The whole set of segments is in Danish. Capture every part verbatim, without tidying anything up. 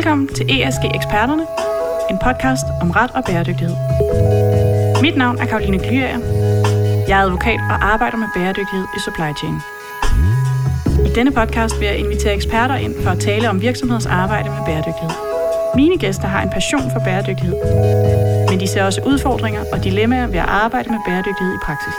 Velkommen til E S G-eksperterne, en podcast om ret og bæredygtighed. Mit navn er Caroline Glyager. Jeg er advokat og arbejder med bæredygtighed i supply chain. I denne podcast vil jeg invitere eksperter ind for at tale om virksomheders arbejde med bæredygtighed. Mine gæster har en passion for bæredygtighed, men de ser også udfordringer og dilemmaer ved at arbejde med bæredygtighed i praksis.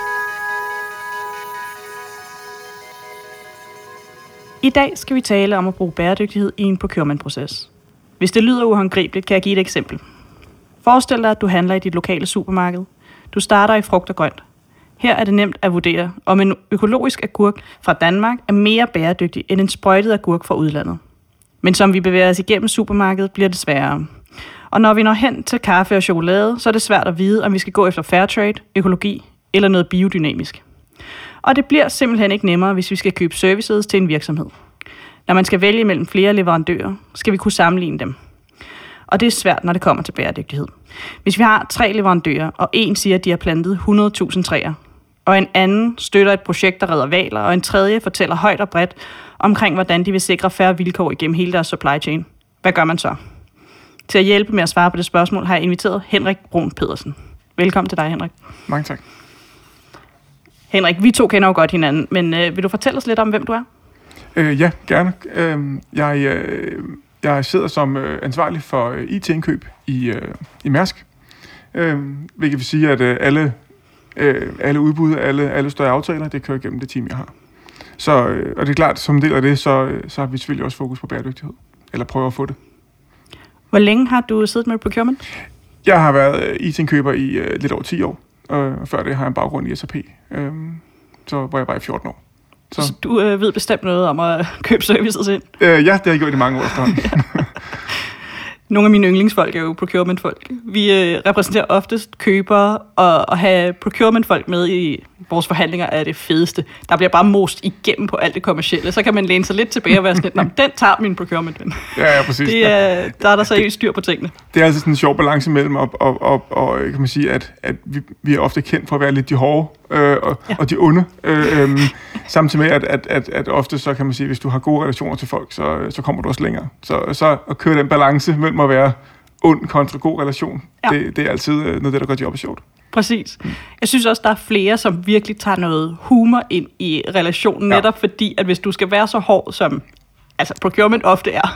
I dag skal vi tale om at bruge bæredygtighed i en procurement-proces. Hvis det lyder uhåndgribeligt, kan jeg give et eksempel. Forestil dig, at du handler i dit lokale supermarked. Du starter i frugt og grønt. Her er det nemt at vurdere, om en økologisk agurk fra Danmark er mere bæredygtig end en sprøjtet agurk fra udlandet. Men som vi bevæger os igennem supermarkedet, bliver det sværere. Og når vi når hen til kaffe og chokolade, så er det svært at vide, om vi skal gå efter fairtrade, økologi eller noget biodynamisk. Og det bliver simpelthen ikke nemmere, hvis vi skal købe services til en virksomhed. Når man skal vælge mellem flere leverandører, skal vi kunne sammenligne dem. Og det er svært, når det kommer til bæredygtighed. Hvis vi har tre leverandører, og en siger, at de har plantet hundrede tusind træer, og en anden støtter et projekt, der redder hvaler, og en tredje fortæller højt og bredt omkring, hvordan de vil sikre færre vilkår igennem hele deres supply chain. Hvad gør man så? Til at hjælpe med at svare på det spørgsmål, har jeg inviteret Henrik Bruun Pedersen. Velkommen til dig, Henrik. Mange tak. Henrik, vi to kender jo godt hinanden, men øh, vil du fortælle os lidt om, hvem du er? Øh, ja, gerne. Øh, jeg, øh, jeg sidder som øh, ansvarlig for øh, I T-indkøb i, øh, i Mærsk, øh, hvilket vil sige, at øh, alle, øh, alle udbud, alle, alle større aftaler, det kører igennem det team, jeg har. Så, øh, og det er klart, som en del af det, så, så har vi selvfølgelig også fokus på bæredygtighed, eller prøver at få det. Hvor længe har du siddet med procurement? Jeg har været I T-indkøber i øh, lidt over ti år, og før det har jeg en baggrund i S A P, øh, så var jeg bare i fjorten år. Så, så du øh, ved bestemt noget om at købe services ind? Øh, ja, det har jeg gjort i mange år efterhånden. Nogle af mine yndlingsfolk er jo procurement-folk. Vi øh, repræsenterer oftest købere, og at have procurement-folk med i vores forhandlinger er det fedeste. Der bliver bare most igennem på alt det kommercielle. Så kan man læne sig lidt tilbage og være sådan lidt, den tager min procurement-ven. Ja, ja, præcis. Det er, der er der seriøst styr på tingene. Det er altså sådan en sjov balance mellem, og, og, og, og kan man sige, at, at vi, vi er ofte kendt for at være lidt de hårde øh, og, ja. og de onde. Øh, øh, samtidig med, at, at, at, at ofte så kan man sige, at hvis du har gode relationer til folk, så, så kommer du også længere. Så, så at køre den balance mellem at være ond kontra god relation, ja. det, det er altid noget af det, der gør jobbet sjovt. Præcis. Jeg synes også, der er flere, som virkelig tager noget humor ind i relationen, ja. netop fordi, at hvis du skal være så hård, som altså procurement ofte er,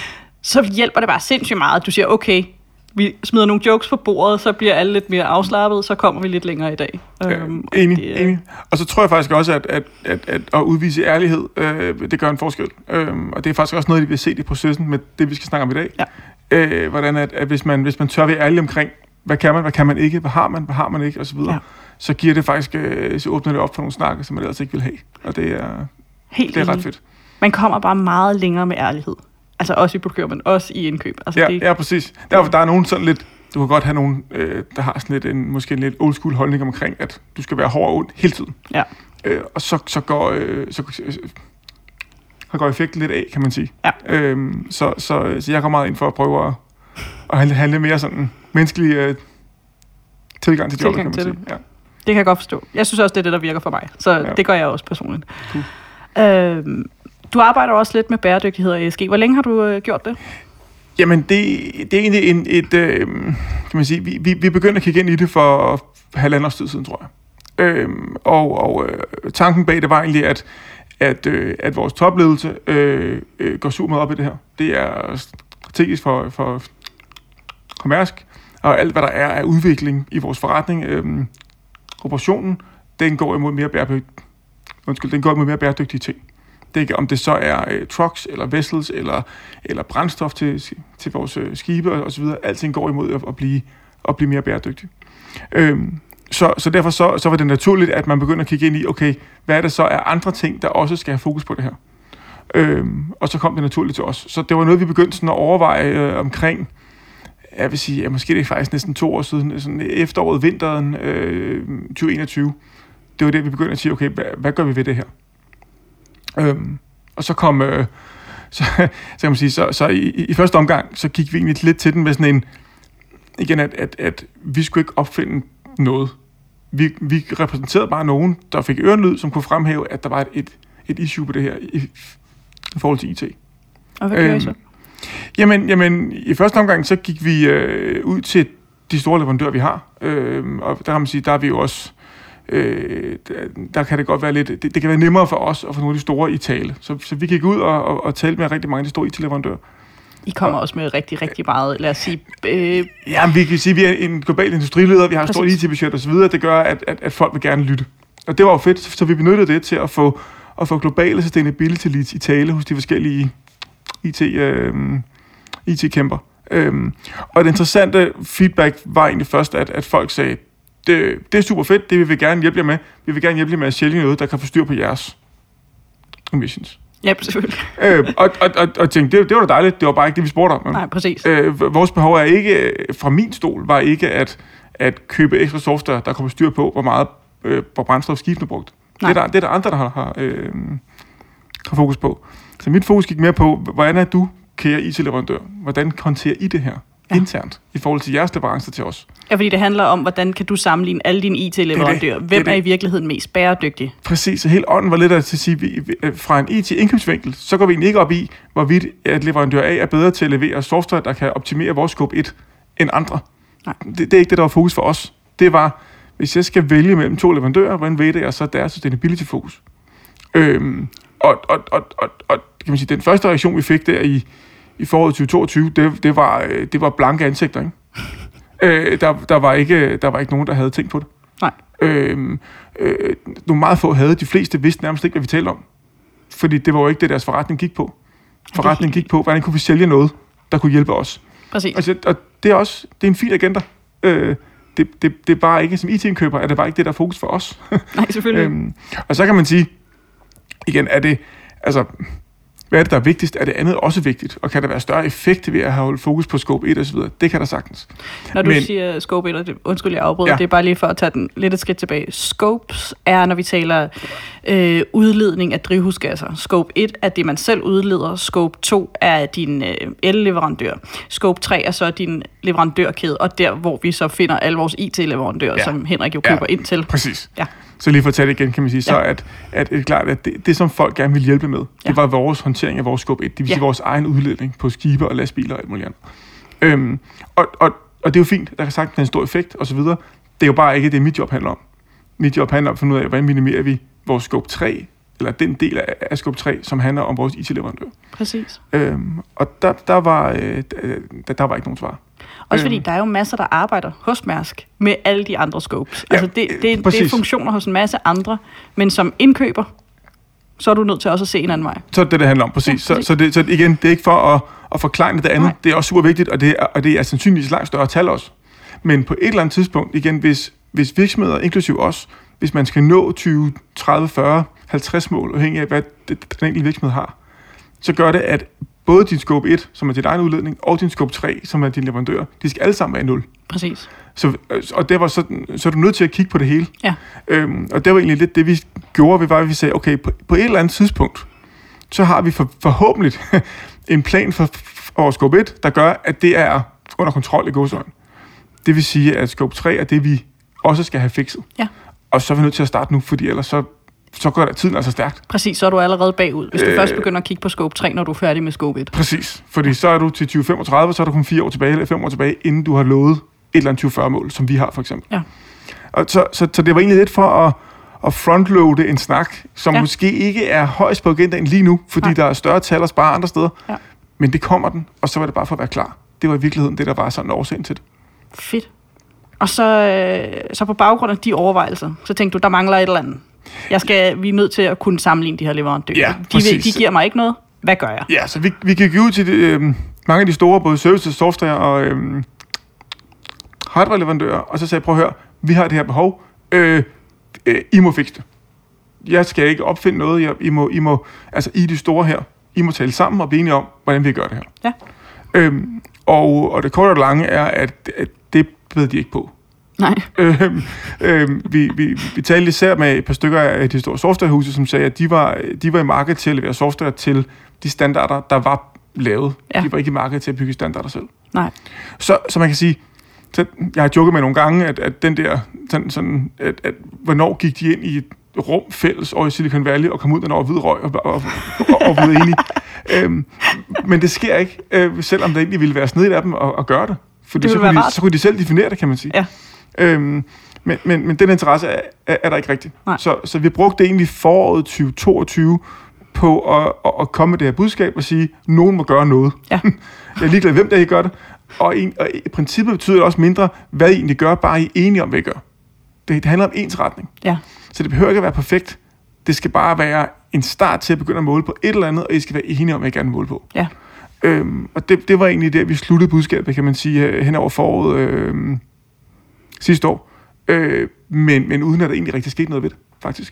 så hjælper det bare sindssygt meget, at du siger, okay, vi smider nogle jokes på bordet, så bliver alle lidt mere afslappet, så kommer vi lidt længere i dag. Ja, øhm, enig, det, enig. Og så tror jeg faktisk også, at, at, at, at, at udvise ærlighed, øh, det gør en forskel. Øhm, og det er faktisk også noget, vi vil se i processen med det, vi skal snakke om i dag. Ja. Øh, hvordan at, at hvis, man, hvis man tør være ærlig omkring, hvad kan man, hvad kan man ikke, hvad har man, hvad har man ikke, osv., ja. så giver det faktisk, øh, så åbner det op for nogle snakker, som man ellers ikke vil have. Og det er, Helt det er ret fedt. Man kommer bare meget længere med ærlighed. Altså også i procurement, også i indkøb. Altså ja, det, ja, præcis. Derfor, der er nogen sådan lidt, du kan godt have nogen, øh, der har sådan lidt en, måske en lidt old school holdning omkring, at du skal være hård og ond hele tiden. Ja. Øh, og så, så går... Øh, så, så går effekten lidt af, kan man sige. Ja. Øhm, så, så, så jeg går meget ind for at prøve at, at handle, handle mere sådan menneskelig øh, tilgang til jobbet, kan man sige. Det. Ja. Det kan jeg godt forstå. Jeg synes også, det er det, der virker for mig. Så ja. det gør jeg også personligt. Cool. Øhm, du arbejder også lidt med bæredygtighed og E S G. Hvor længe har du øh, gjort det? Jamen, det, det er egentlig en, et... Øh, kan man sige, vi, vi, vi begyndte at kigge ind i det for halvandet års tid siden, tror jeg. Øhm, og og øh, tanken bag det var egentlig, at At, øh, at vores topledelse øh, øh, går super meget op i det her. Det er strategisk for, for, for Mærsk, og alt, hvad der er af udvikling i vores forretning. Øh, operationen, den går imod mere bæredygtige, undskyld, den går imod mere bæredygtige ting. Det er ikke, om det så er øh, trucks, eller vessels, eller, eller brændstof til, til vores øh, skibe og, og så videre. Alting går imod at, at, blive, at blive mere bæredygtig. Øh, Så, så derfor så, så var det naturligt, at man begynder at kigge ind i, okay, hvad er det så af andre ting, der også skal have fokus på det her? Øhm, og så kom det naturligt til os. Så det var noget, vi begyndte sådan at overveje øh, omkring, jeg vil sige, ja, måske det er faktisk næsten to år siden, sådan efteråret, vinteren øh, tyve enogtyve. Det var det, vi begyndte at sige, okay, hvad, hvad gør vi ved det her? Øhm, og så kom, øh, så, så kan man sige, så, så i, i første omgang, så gik vi egentlig lidt til den med sådan en, igen, at, at, at vi skulle ikke opfinde noget. Vi, vi repræsenterede bare nogen, der fik ørenlyd, som kunne fremhæve, at der var et, et, et issue på det her i, i forhold til I T. Og hvad gør I så? Jamen, jamen, i første omgang, så gik vi øh, ud til de store leverandører, vi har. Øh, og der kan man sige, der er vi jo også... Øh, der, der kan det godt være lidt... Det, det kan være nemmere for os at få nogle af de store i tale. Så, så vi gik ud og, og, og talte med rigtig mange af de store I T-leverandører. I kommer og, også med rigtig, rigtig meget, lad os sige... Øh... Ja, vi kan sige, at vi er en global industrileder, vi har et stort I T-budget og så videre. Det gør, at, at, at folk vil gerne lytte. Og det var jo fedt, så vi benyttede det til at få, at få globale sustainability leads i tale hos de forskellige I T, øh, I T-kæmper. Øhm, og det interessante feedback var egentlig først, at, at folk sagde, det, det er super fedt, det vil vi gerne hjælpe jer med. Vi vil gerne hjælpe jer med at sælge noget, der kan få styr på jeres emissions. Ja, selvfølgelig. øh, og, og, og, og tænkte, det, det var da dejligt, det var bare ikke det, vi spurgte om. Nej, præcis. Øh, vores behov er ikke, fra min stol, var ikke at, at købe ekstra software, der kommer styr på, hvor meget øh, hvor brændstof skibene brugt. Det er, der, det er der andre, der har, har, øh, har fokus på. Så mit fokus gik mere på, hvordan er du, kære I T-leverandør, hvordan håndterer I det her ja. internt i forhold til jeres leverancer til os? Ja, fordi det handler om, hvordan kan du sammenligne alle dine I T-leverandører? Hvem er, er i virkeligheden mest bæredygtig? Præcis, og helt ånden var lidt at sige, vi, fra en I T-indkøbsvinkel, så går vi egentlig ikke op i, hvorvidt at leverandør A er bedre til at levere software, der kan optimere vores scope et end andre. Nej. Det, det er ikke det, der var fokus for os. Det var, hvis jeg skal vælge mellem to leverandører, hvordan vælger jeg så deres sustainability-fokus? Øhm, og, og, og, og, og kan man sige, den første reaktion, vi fik der i i foråret tyve toogtyve, det, det, var, det var blanke ansigter, ikke? øh, der, der, var ikke, der var ikke nogen, der havde tænkt på det. Nej. Øh, øh, nogle meget få havde, de fleste vidste nærmest ikke, hvad vi talte om. Fordi det var jo ikke det, deres forretning gik på. Forretningen gik på, hvordan kunne vi sælge noget, der kunne hjælpe os. Præcis. Altså, og det er også det er en fin agenda. Øh, det, det, det er bare ikke, som I T-indkøber, er det bare ikke det, der er fokus for os. Nej, selvfølgelig. øhm, og så kan man sige, igen, er det, altså... Hvad er det, der er vigtigst? Er det andet også vigtigt? Og kan der være større effekt ved at have holdt fokus på scope et og så videre? Det kan der sagtens. Når du Men, siger scope et, og det, undskyld, jeg afbryder, ja. Det er bare lige for at tage den lidt et skridt tilbage. Scopes er, når vi taler øh, udledning af drivhusgasser. Scope et er det, man selv udleder. Scope to er din øh, el-leverandør. Scope tre er så din leverandørkæde, og der, hvor vi så finder alle vores I T-leverandører, ja. som Henrik jo køber ja, ind til. Præcis. Ja. Så lige for at tage det igen, kan man sige, ja. så at, at det er klart, at det, det som folk gerne vil hjælpe med, ja. det var vores håndtering af vores scope et, det vil sige ja. vores egen udledning på skibe og lastbiler og alt muligt andet. Øhm, og, og, og det er jo fint, der kan sagt, en stor effekt og så videre. Det er jo bare ikke det, mit job handler om. Mit job handler om at finde ud af, hvordan minimerer vi vores scope tre, eller den del af, af scope tre, som handler om vores I T-leverandør. Præcis. Øhm, og der, der, var, øh, der, der var ikke nogen svar. Også fordi der er jo masser, der arbejder hos Mærsk med alle de andre scopes. Ja, altså det, det, det er funktioner hos en masse andre, men som indkøber, så er du nødt til også at se en anden vej. Så er det, det handler om, præcis. Ja, præcis. Så, så, det, så igen, det er ikke for at, at forklare det andet. Nej. Det er også super vigtigt, og det er, og det er sandsynligvis langt større tal også. Men på et eller andet tidspunkt, igen, hvis, hvis virksomheder, inklusive os, hvis man skal nå tyve, tredive, fyrre, halvtreds mål, afhængig af, hvad det, den enkelte virksomhed har, så gør det, at både din scope et, som er din egen udledning, og din scope tre, som er din leverandør, de skal alle sammen være i nul. Præcis. Så, og det var sådan, så er du nødt til at kigge på det hele. Ja. Øhm, og det var egentlig lidt det, vi gjorde. Vi var, at vi sagde, okay, på, på et eller andet tidspunkt, så har vi for, forhåbentlig en plan for, for scope et, der gør, at det er under kontrol i gåseøjne. Det vil sige, at scope tre er det, vi også skal have fikset. Ja. Og så er vi nødt til at starte nu, fordi ellers så så går der tiden altså stærkt. Præcis, så er du allerede bagud, hvis du øh, først begynder at kigge på scope tre, når du er færdig med scope et. Præcis, fordi så er du til tyve femogtredive, så er du kun fire år tilbage, eller fem år tilbage, inden du har lovet et eller andet tyve fyrre mål, som vi har for eksempel. Ja. Og så, så, så det var egentlig lidt for at, at frontloade en snak, som ja. måske ikke er højst på agendaen lige nu, fordi Nej. der er større tal at spare andre steder. Ja. Men det kommer den, og så var det bare for at være klar. Det var i virkeligheden det, der var sådan en årsagen til det. Fedt. Og så, øh, så på baggrund af de overvejelser, så tænkte du, der mangler et eller andet. Jeg skal, vi er nødt til at kunne sammenligne de her leverandører. Ja, de, vil, de giver mig ikke noget. Hvad gør jeg? Ja, så vi, vi gik ud til de, øh, mange af de store, både services, software og øh, hardware-leverandører, og så sagde jeg, prøv at høre, vi har det her behov. Øh, øh, I må fikse det. Jeg skal ikke opfinde noget. Jeg, I, må, I må, altså I de store her, I må tale sammen og blive enige om, hvordan vi gør det her. Ja. Øh, og, og det korte og lange er, at, at det ved de ikke på. Nej. øhm, øhm, vi, vi, vi talte især med et par stykker af de store softwarehuse, som sagde, at de var, de var i markedet til at levere software til de standarder, der var lavet. Ja. De var ikke i markedet til at bygge standarder selv. Nej. Så, så man kan sige, så jeg har joket med nogle gange, at, at den der, sådan, sådan, at, at hvornår gik de ind i et rum fælles over i Silicon Valley og kom ud, når der var hvid røg og, og, og, og, og blev enige. øhm, men det sker ikke, øh, selvom det egentlig ville være snedigt af dem at, at gøre det. Fordi det så kunne, de, så kunne de selv definere det, kan man sige. Ja. Øhm, men, men, men den interesse er, er, er der ikke rigtigt. Så, så vi brugte egentlig foråret tyve toogtyve på at, at, at komme med det her budskab og sige, at nogen må gøre noget. Ja. Jeg er ligeglad, hvem der ikke gør det. Og, en, og i princippet betyder det også mindre, hvad I egentlig gør, bare I er enige om, hvad I gør. Det, det handler om ensretning. Ja. Så det behøver ikke at være perfekt. Det skal bare være en start til at begynde at måle på et eller andet, og I skal være enige om, hvad I gerne vil måle på. Ja. Øhm, og det, det var egentlig der, vi sluttede budskabet, kan man sige, hen over foråret øh, sidste år. Øh, men, men uden at der egentlig rigtig skete noget ved det, faktisk.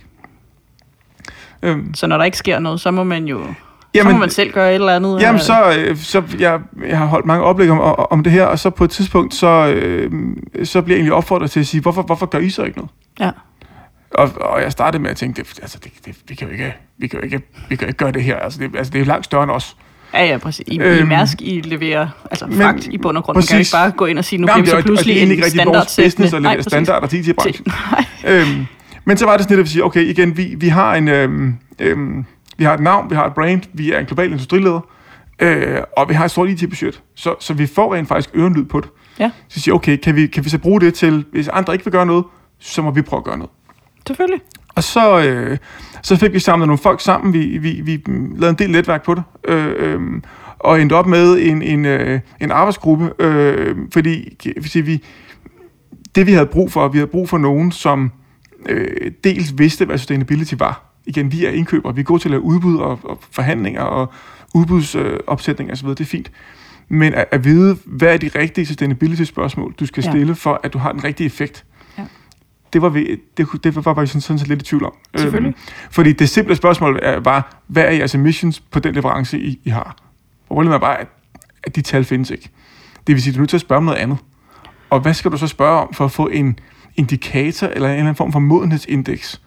Øhm. Så når der ikke sker noget, så må man jo... Jamen, så må man selv gøre et eller andet. Jamen, så, så jeg, jeg har holdt mange oplæg om, om det her, og så på et tidspunkt, så, øh, så bliver jeg egentlig opfordret til at sige, hvorfor, hvorfor gør I så ikke noget? Ja. Og, og jeg startede med at tænke, det, altså, det, det, vi, kan jo ikke, vi, kan jo ikke, vi kan jo ikke gøre det her. Altså, det, altså, det er jo langt større end os. Ja, ja, præcis. I, øhm, i Mærsk, I leverer altså fragt i bund og grund. Præcis. Man kan ikke bare gå ind og sige, nu bliver vi så pludselig en standardsættende. Og levere standarder til I T-branchen. øhm, men så var det sådan lidt at sige, okay, igen, vi, vi har en... Øhm, øhm, Vi har et navn, vi har et brand, vi er en global industrileder, øh, og vi har et stort I T-budget. Så, så vi får rent faktisk ørenlyd på det. Ja. Så siger okay, kan vi, kan vi så bruge det til, hvis andre ikke vil gøre noget, så må vi prøve at gøre noget. Selvfølgelig. Og så, øh, så fik vi samlet nogle folk sammen, vi, vi, vi lavede en del netværk på det, øh, øh, og endte op med en, en, øh, en arbejdsgruppe, øh, fordi vi, det vi havde brug for, vi havde brug for nogen, som øh, dels vidste, hvad sustainability var. Igen, vi er indkøbere, vi er gode til at lave udbud og, og forhandlinger og udbudsopsætninger osv., det er fint. Men at, at vide, hvad er de rigtige sustainability-spørgsmål, du skal stille, ja. For at du har den rigtige effekt, ja. det, var vi, det, det var bare sådan, sådan lidt i tvivl om. Selvfølgelig. Øhm, fordi det simple spørgsmål var, hvad er jeres emissions på den leverance, I, I har? Problemet er bare, at, at de tal findes ikke. Det vil sige, at du er nødt til at spørge om noget andet. Og hvad skal du så spørge om for at få en indikator eller en eller anden form for modenhedsindeks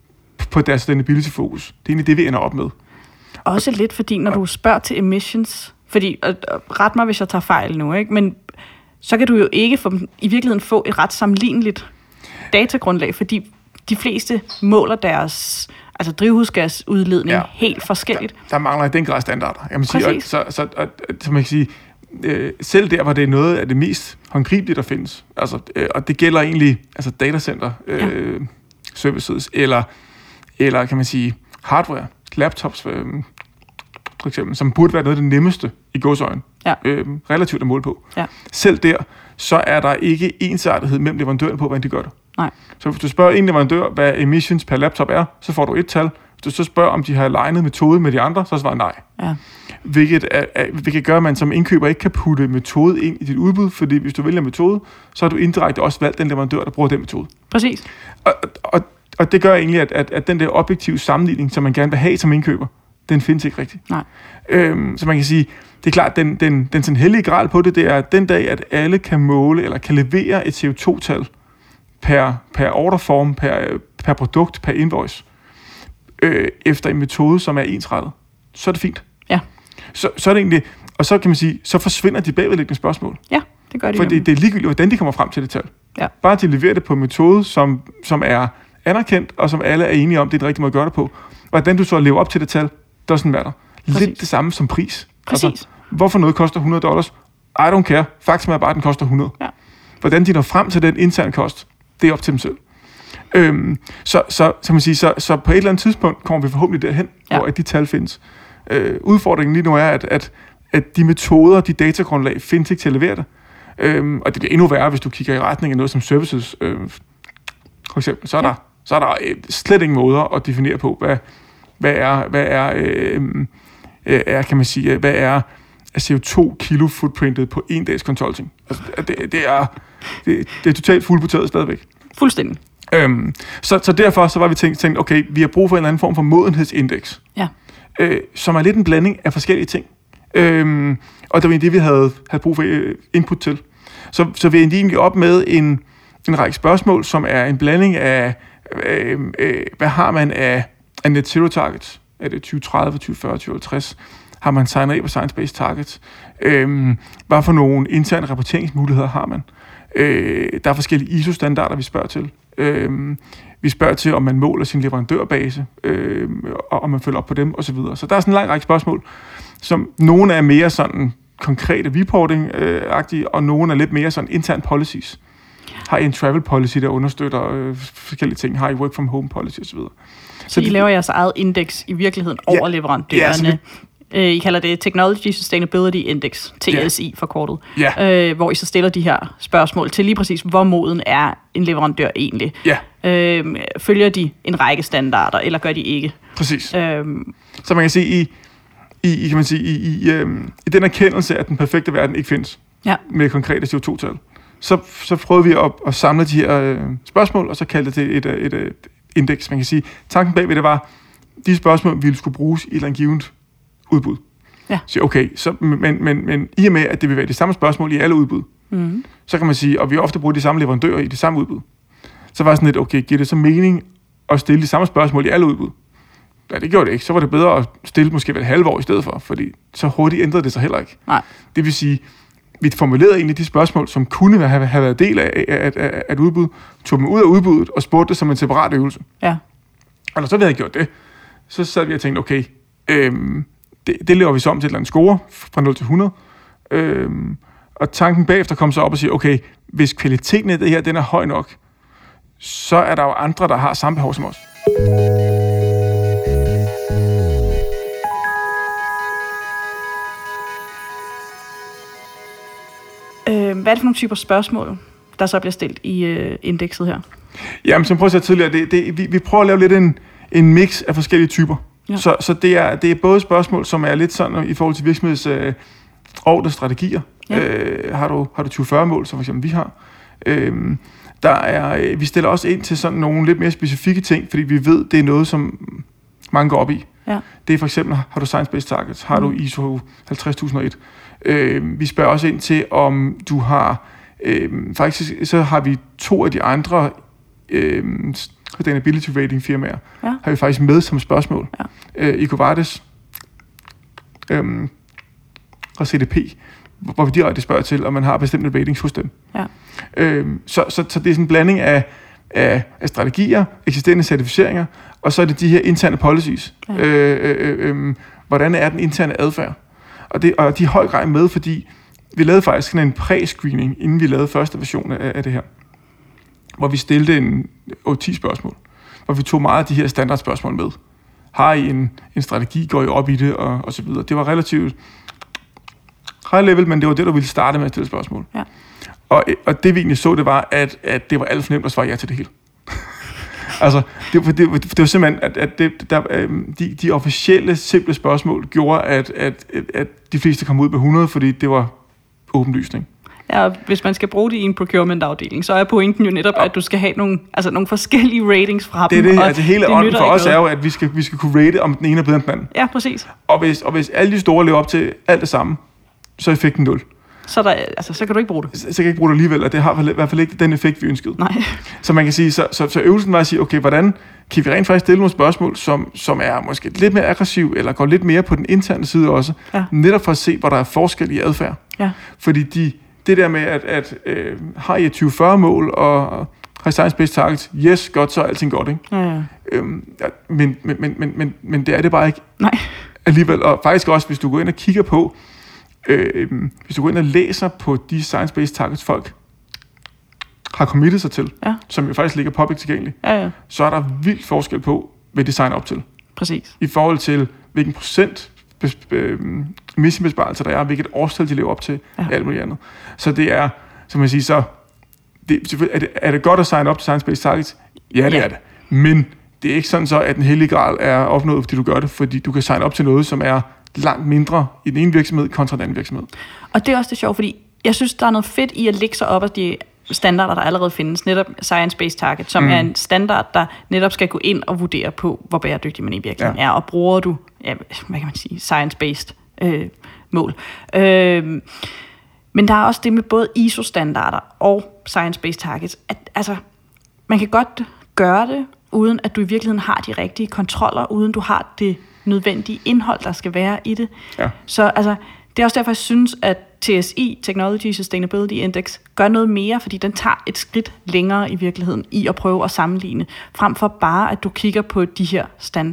på deres sustainability-fokus? Det er egentlig det, vi ender op med. Også lidt, fordi når du spørger til emissions, fordi, og, og, ret mig, hvis jeg tager fejl nu, ikke? Men så kan du jo ikke få, i virkeligheden få et ret sammenligneligt datagrundlag, fordi de fleste måler deres altså drivhusgasudledning ja. Helt forskelligt. Der, der mangler i den grad standarder. Jeg må sige, og, så, så, og, så man kan sige, øh, selv der var det noget af det mest håndgribelige, der findes. Altså, øh, og det gælder egentlig altså datacenter øh, ja. Services, eller, eller kan man sige hardware, laptops øh, for eksempel, som burde være noget af det nemmeste i gåseøjne, ja. øh, relativt at måle på. Ja. Selv der, så er der ikke ensartethed mellem leverandørerne på, hvordan de gør det. Nej. Så hvis du spørger en leverandør, hvad emissions per laptop er, så får du et tal. Hvis du så spørger, om de har alignet metode med de andre, så svarer nej. Ja. Hvilket, er, er, hvilket gør, at man som indkøber ikke kan putte metode ind i dit udbud, fordi hvis du vælger metode, så har du indirekte også valgt den leverandør, der bruger den metode. Præcis. Og, og, og det gør egentlig, at, at, at den der objektive sammenligning, som man gerne vil have som indkøber, den findes ikke rigtigt. Nej. Øhm, så man kan sige, det er klart, den, den, den sådan hellige gral på det, det er den dag, at alle kan måle eller kan levere et C O to tal per, per orderform, per, per produkt, per invoice, øh, efter en metode, som er ensrettet, så er det fint. Ja. Så, så er det egentlig, og så kan man sige, så forsvinder de bagvedliggende spørgsmål. Ja, det gør de. For det, det er ligegyldigt, hvordan de kommer frem til det tal. Ja. Bare de leverer det på en metode, som, som er anerkendt, og som alle er enige om, det er den rigtige måde at gøre det på. Og hvordan du så lever op til det tal, det er sådan hvad der. Lidt det samme som pris. Præcis. Altså, hvorfor noget koster hundrede dollars? I don't care. Faktum er bare, at den koster hundrede. Ja. Hvordan de når frem til den interne kost, det er op til dem selv. Øhm, så, så, så, man sige, så, så på et eller andet tidspunkt kommer vi forhåbentlig derhen, ja. Hvor at de tal findes. Øh, udfordringen lige nu er, at, at, at de metoder, de datagrundlag, findes ikke til at levere det. Øhm, og det bliver endnu værre, hvis du kigger i retning af noget som services. Øh, for eksempel, så er, ja. der, så er der slet ingen måder at definere på, hvad, hvad er, hvad er, øh, øh, er, kan man sige, hvad er C O to kilo footprintet på en dags consulting. Altså, det, det, er, det, det er totalt fuldboteret stadigvæk. Fuldstændig. Øhm, så, så derfor så var vi tænkt, tænkt, okay, vi har brug for en eller anden form for modenhedsindeks, ja. øh, som er lidt en blanding af forskellige ting. Øhm, og det var det, vi havde, havde brug for øh, input til. Så, så vi endte egentlig op med en, en række spørgsmål, som er en blanding af, øh, øh, hvad har man af, af net zero targets? Er det tyve tredive, tyve fyrre, tyve halvtreds? Har man signet af på science-based targets? Øhm, hvad for nogle interne rapporteringsmuligheder har man? Øh, der er forskellige I S O-standarder, vi spørger til. Øh, vi spørger til, om man måler sin leverandørbase, øh, og om man følger op på dem, osv. Så der er sådan en lang række spørgsmål, som nogle er mere sådan konkrete reporting-agtige, og nogle er lidt mere sådan intern policies. Har I en travel policy, der understøtter øh, forskellige ting? Har I work from home policy osv.? Så, så I det, laver jeres eget indeks i virkeligheden over ja, leverandørerne? Ja, altså vi, I kalder det Technology Sustainability Index, T S I yeah. forkortet, yeah. øh, hvor I så stiller de her spørgsmål til lige præcis, hvor moden er en leverandør egentlig. Yeah. Øh, følger de en række standarder, eller gør de ikke? Præcis. Øh, så man kan sige, i, i, kan man sige, i, i, øh, i den erkendelse, at den perfekte verden ikke findes, ja. med konkrete C O to tal, så, så prøvede vi at, at samle de her øh, spørgsmål, og så kaldte det et, et, et, et indeks. Man kan sige, tanken bagved det var, de spørgsmål ville skulle bruges i et eller andet givet udbud. Ja. Så okay, så, men, men, men i og med, at det vil være de samme spørgsmål i alle udbud, mm-hmm. så kan man sige, og vi ofte bruger de samme leverandører i det samme udbud, så var sådan lidt, okay, giver det så mening at stille de samme spørgsmål i alle udbud? Ja, det gjorde det ikke. Så var det bedre at stille måske hver halve år i stedet for, fordi så hurtigt ændrede det sig heller ikke. Nej. Det vil sige, vi formulerede egentlig de spørgsmål, som kunne have, have været del af, af, af, af et udbud, tog dem ud af udbuddet og spurgte det som en separat øvelse. Ja. Og når så vi havde gjort det, så sad vi og tænkte, okay, øhm, det, det lever vi så om til et eller andet score fra nul til hundrede. Øhm, og tanken bagefter kom så op og sige, okay, hvis kvaliteten af det her, den er høj nok, så er der jo andre, der har samme behov som os. Hvad er det for nogle typer spørgsmål, der så bliver stillet i øh, indekset her? Jamen, som jeg prøvede at sige tidligere, det, det, vi, vi prøver at lave lidt en, en mix af forskellige typer. Ja. Så, så det, er, det er både spørgsmål, som er lidt sådan i forhold til virksomheds øh, og strategier. Ja. Øh, har du, har du tyve fyrre mål, som for eksempel vi har? Øh, der er, vi stiller også ind til sådan nogle lidt mere specifikke ting, fordi vi ved, det er noget, som mange går op i. Ja. Det er for eksempel, har du science-based targets? Har mm. du I S O halvtreds tusind og et? Øh, vi spørger også ind til, om du har... Øh, faktisk så har vi to af de andre øh, sustainability rating firmaer, ja. har vi faktisk med som spørgsmål. Ja. Øh, EcoVadis øh, og C D P, hvor vi direkte spørger til, om man har bestemte ratings hos dem. Ja. Øh, så, så, så det er sådan en blanding af, af, af strategier, eksisterende certificeringer, og så er det de her interne policies. Ja. Øh, øh, øh, hvordan er den interne adfærd? Og, det, og de er i høj grad med, fordi vi lavede faktisk en præ-screening, inden vi lavede første version af, af det her. Hvor vi stillede en otte ti spørgsmål. Hvor vi tog meget af de her standardspørgsmål med. Har I en, en strategi, går I op i det, og, og så videre. Det var relativt high level, men det var det, der ville starte med at stille spørgsmål. Ja. Og, og det vi egentlig så, det var, at, at det var alt for nemt at svare ja til det hele. Altså, det, det, det, det var simpelthen, at, at det, der, de, de officielle, simple spørgsmål gjorde, at, at, at de fleste kom ud på hundrede, fordi det var åbenlysning. Ja, hvis man skal bruge det i en procurement-afdeling, så er pointen jo netop, ja. at du skal have nogle, altså nogle forskellige ratings fra det er dem. Det, altså hele ånden for os noget. Er jo, at vi skal, vi skal kunne rate, om den ene er bedre end den anden. Ja, præcis. Og hvis, og hvis alle de store lever op til alt det samme, så er effekten nul. Så, der, altså, så kan du ikke bruge det. Så, så kan jeg ikke bruge det alligevel, og det har i hvert fald ikke den effekt, vi ønskede. Nej. Så man kan sige, så, så, så øvelsen var at sige, okay, hvordan kan vi rent faktisk stille nogle spørgsmål, som, som er måske lidt mere aggressiv, eller går lidt mere på den interne side også, ja. netop for at se, hvor der er forskel i adfærd. Ja. Fordi de, det der med, at, at øh, har I et tyve fyrre mål, og har science-based targets, yes, godt, så er alting godt, ikke? Ja, ja. Øhm, ja, men, men, men, men, men, men det er det bare ikke. Nej. Alligevel, og faktisk også, hvis du går ind og kigger på, Øh, hvis du går ind og læser på de science-based targets, folk har committet sig til, ja. som jo faktisk ligger public tilgængeligt, ja, ja. så er der vildt forskel på, hvad de signer op til. Præcis. I forhold til, hvilken procent øh, emissionsbesparelser der er, hvilket årstal de lever op til, ja. alt muligt andet. Så det er, som man siger, så det, er, det, er det godt at signe op til science-based targets? Ja, det ja. er det. Men det er ikke sådan så, at den hellige gral er opnået, fordi du gør det, fordi du kan signe op til noget, som er langt mindre i den ene virksomhed kontra den anden virksomhed. Og det er også det sjovt, fordi jeg synes, der er noget fedt i at lægge sig op af de standarder, der allerede findes. Netop Science-Based Target, som mm. er en standard, der netop skal gå ind og vurdere på, hvor bæredygtig man i virkeligheden ja. er. Og bruger du, ja, hvad kan man sige, Science-Based øh, mål. Øh, men der er også det med både I S O-standarder og Science-Based Targets. At, altså, man kan godt gøre det, uden at du i virkeligheden har de rigtige kontroller, uden du har det nødvendige indhold, der skal være i det. Ja. Så altså, det er også derfor, jeg synes, at T S I, Technology Sustainability Index, gør noget mere, fordi den tager et skridt længere i virkeligheden i at prøve at sammenligne, frem for bare, at du kigger på de her standarder.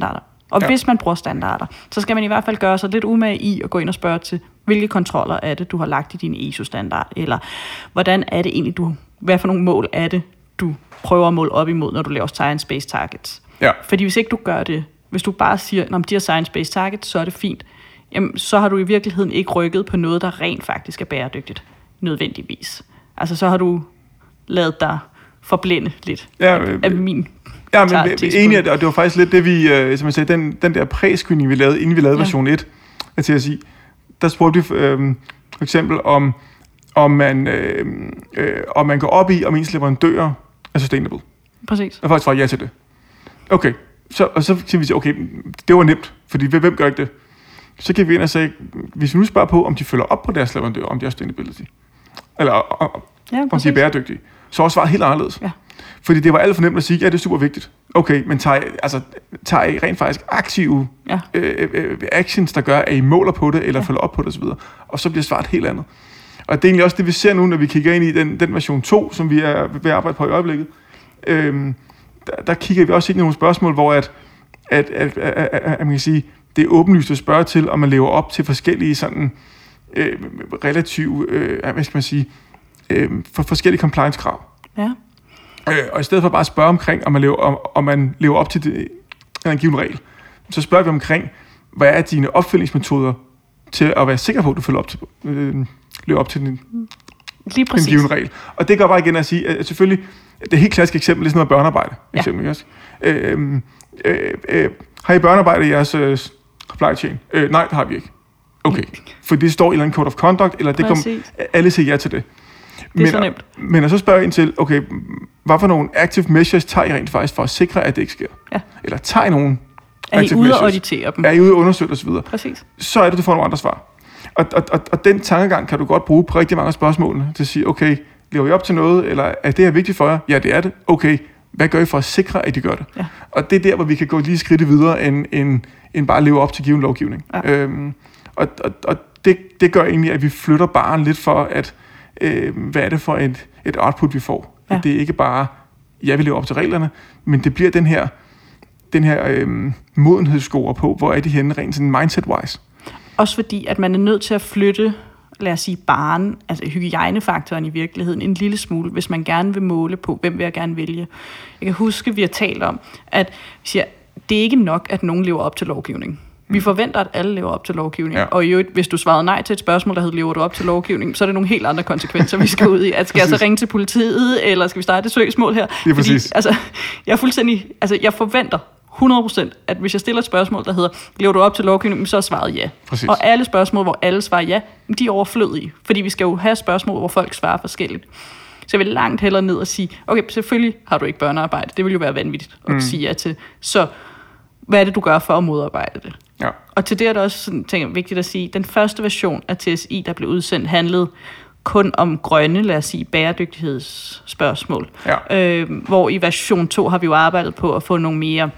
Og ja. hvis man bruger standarder, så skal man i hvert fald gøre sig lidt umage i at gå ind og spørge til, hvilke kontroller er det, du har lagt i din I S O-standard, eller hvordan er det egentlig, du, hvad for nogle mål er det, du prøver at måle op imod, når du laver science-based targets. Ja. Fordi hvis ikke du gør det, hvis du bare siger, når de har science-based targets, så er det fint, jamen, så har du i virkeligheden ikke rykket på noget, der rent faktisk er bæredygtigt, nødvendigvis. Altså, så har du lavet dig forblænde lidt ja, af, af min... Ja, men vi er enige, og det var faktisk lidt det, vi, øh, som jeg sagde, den, den der præscreening, vi lavede, inden vi lavede ja. version et af T S I, der spurgte vi øh, for eksempel, om, om, man, øh, øh, om man går op i, om ens leverandører er sustainable. Præcis. Og faktisk svarede ja til det. Okay, så, og så kan vi sige, okay, det var nemt, fordi hvem gør ikke det? Så kan vi ind og sige, hvis vi nu spørger på, om de følger op på deres leverandører, om de har sustainability, eller om, ja, om de er bæredygtige, så er svaret helt anderledes. Ja. Fordi det var alt for nemt at sige, ja, det er super vigtigt. Okay, men tager, altså, tager I rent faktisk aktive ja. øh, øh, actions, der gør, at I måler på det, eller ja. følger op på det osv., og så bliver svaret helt andet. Og det er egentlig også det, vi ser nu, når vi kigger ind i den, den version to, som vi er ved at arbejde på i øjeblikket. Øhm, der, der kigger vi også ind i nogle spørgsmål, hvor at, at, at, at, at, at man kan sige, det er åbenlyst at spørge til, om man lever op til forskellige sådan øh, relativt, øh, hvad skal man sige, øh, for forskellige compliance-krav. Ja. Øh, og i stedet for bare at spørge omkring, om man lever, om, om man lever op til det, en given regel, så spørger vi omkring, hvad er dine opfølgningsmetoder til at være sikker på, at du følger op til, øh, lever op til den, Lige præcis. en given regel. Og det gør bare igen at sige, at selvfølgelig, det er et helt klassisk eksempel, det er sådan noget børnearbejde. Ja. Eksempel, også. Øh, øh, øh, har I børnearbejde i jeres øh, supply chain? Øh, nej, det har vi ikke. Okay, for det står i en eller anden code of conduct, eller det kommer, alle siger ja til det. Det er men, så nemt. Men at så spørger ind til, okay, hvad for nogle active measures tager I rent faktisk for at sikre, at det ikke sker? Ja. Eller tager I nogle er I ude at auditere dem? Er I ude at undersøge osv.? Præcis. Så er det, du får nogle andre svar. Og, og, og, og den tankegang kan du godt bruge på rigtig mange af spørgsmålene, til at sige, okay, lever I op til noget, eller er det her vigtigt for jer? Ja, det er det. Okay, hvad gør I for at sikre, at de gør det? Ja. Og det er der, hvor vi kan gå lige skridt videre, end, end, end bare at leve op til given lovgivning. Ja. Øhm, og og, og det, det gør egentlig, at vi flytter barren lidt for, at øh, hvad er det for et, et output, vi får? Ja. At det er ikke bare, ja, vi lever op til reglerne, men det bliver den her, den her øh, modenhedsscore på, hvor er de henne rent sådan mindset-wise. Også fordi, at man er nødt til at flytte, lad os sige, barren, altså hygiejnefaktoren i virkeligheden, en lille smule, hvis man gerne vil måle på, hvem vil jeg gerne vælge. Jeg kan huske, vi har talt om, at vi siger, det er ikke nok, at nogen lever op til lovgivning. Vi forventer, at alle lever op til lovgivning. Ja. Og i øvrigt, hvis du svarede nej til et spørgsmål, der hedder, lever du op til lovgivning, så er det nogle helt andre konsekvenser, vi skal ud i. At skal jeg så ringe til politiet, eller skal vi starte et søgsmål her? Det er præcis. Altså, jeg er fuldstændig, altså, jeg forventer hundrede procent, at hvis jeg stiller et spørgsmål, der hedder, lever du op til lovgivningen, så er svaret ja. Præcis. Og alle spørgsmål, hvor alle svarer ja, de er overflødige. Fordi vi skal jo have spørgsmål, hvor folk svarer forskelligt. Så jeg vil langt hellere ned og sige, okay, selvfølgelig har du ikke børnearbejde. Det vil jo være vanvittigt at mm. sige ja til. Så hvad er det, du gør for at modarbejde det? Ja. Og til det er det også sådan, tænker, vigtigt at sige, den første version af T S I, der blev udsendt, handlede kun om grønne, lad os sige, bæredygtighedsspørgsmål. Ja. Øh, hvor i version to har vi jo arbejdet på at få nogle mere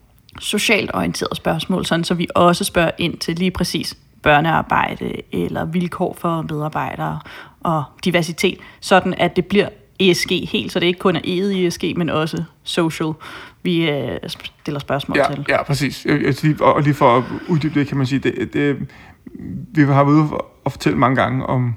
socialt orienterede spørgsmål, sådan så vi også spørger ind til lige præcis børnearbejde eller vilkår for medarbejdere og diversitet, sådan at det bliver E S G helt, så det ikke kun er E'et i E S G, men også social, vi øh, stiller spørgsmål ja, til. Ja, præcis. Og lige for at uddybe det, kan man sige, det, det, vi har været ude og fortælle mange gange om,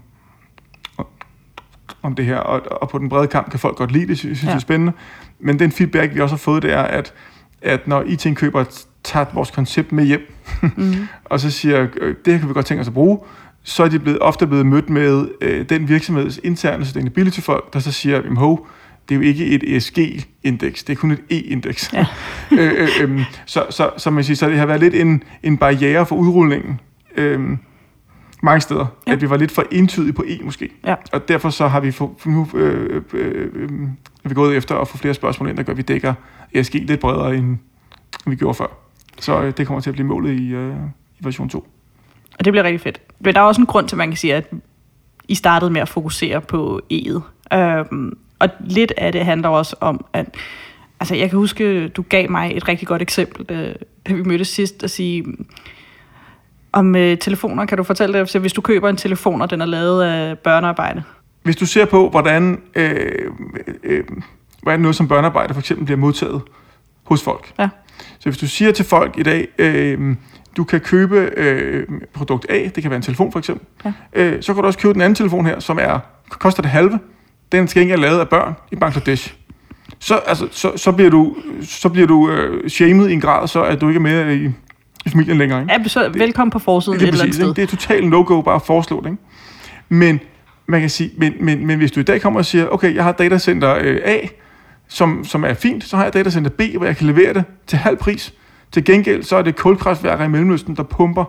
om det her, og, og på den brede kamp kan folk godt lide det, synes ja. det er spændende, men den feedback, vi også har fået, det er, at, at når I T-køber tager vores koncept med hjem, mm-hmm. og så siger, det her kan vi godt tænke os at bruge, så er de blevet, ofte blevet mødt med øh, den virksomheds interne sustainability-folk, der så siger, at hov, det er jo ikke et E S G-indeks, det er kun et E-indeks. Ja. øh, øh, øh, så, så, så, man siger, så det har været lidt en, en barriere for udrulningen øh, mange steder, ja. At vi var lidt for entydige på E måske. Ja. Og derfor så har vi for, nu øh, øh, øh, er vi gået efter at få flere spørgsmål ind, der gør, at vi dækker E S G lidt bredere, end vi gjorde før. Så øh, det kommer til at blive målet i, øh, i version to. Og det bliver rigtig fedt. Men der er også en grund til, at man kan sige, at I startede med at fokusere på E'et. Øhm, og lidt af det handler også om, at altså jeg kan huske, du gav mig et rigtig godt eksempel, da, da vi mødtes sidst, at sige, om øh, telefoner, kan du fortælle det, hvis du køber en telefon, og den er lavet af børnearbejde? Hvis du ser på, hvordan, øh, øh, hvordan noget som børnearbejde for eksempel bliver modtaget hos folk, ja. Så hvis du siger til folk i dag, øh, du kan købe øh, produkt A, det kan være en telefon for eksempel, ja. øh, så kan du også købe den anden telefon her, som er koster det halve. Den skal ikke lavet af børn i Bangladesh. Så, altså, så, så bliver du, så bliver du øh, shamed i en grad, så at du ikke er med i, i familien længere. Ikke? Ja, så velkommen på forsiden det, et eller andet sted. Det er totalt no-go bare at foreslå det. Ikke? Men man kan sige, men, men, men hvis du i dag kommer og siger, okay, jeg har datacenter øh, A, som, som er fint, så har jeg datacenter B, hvor jeg kan levere det til halv pris. Til gengæld, så er det kulkraftværker i Mellemøsten, der pumper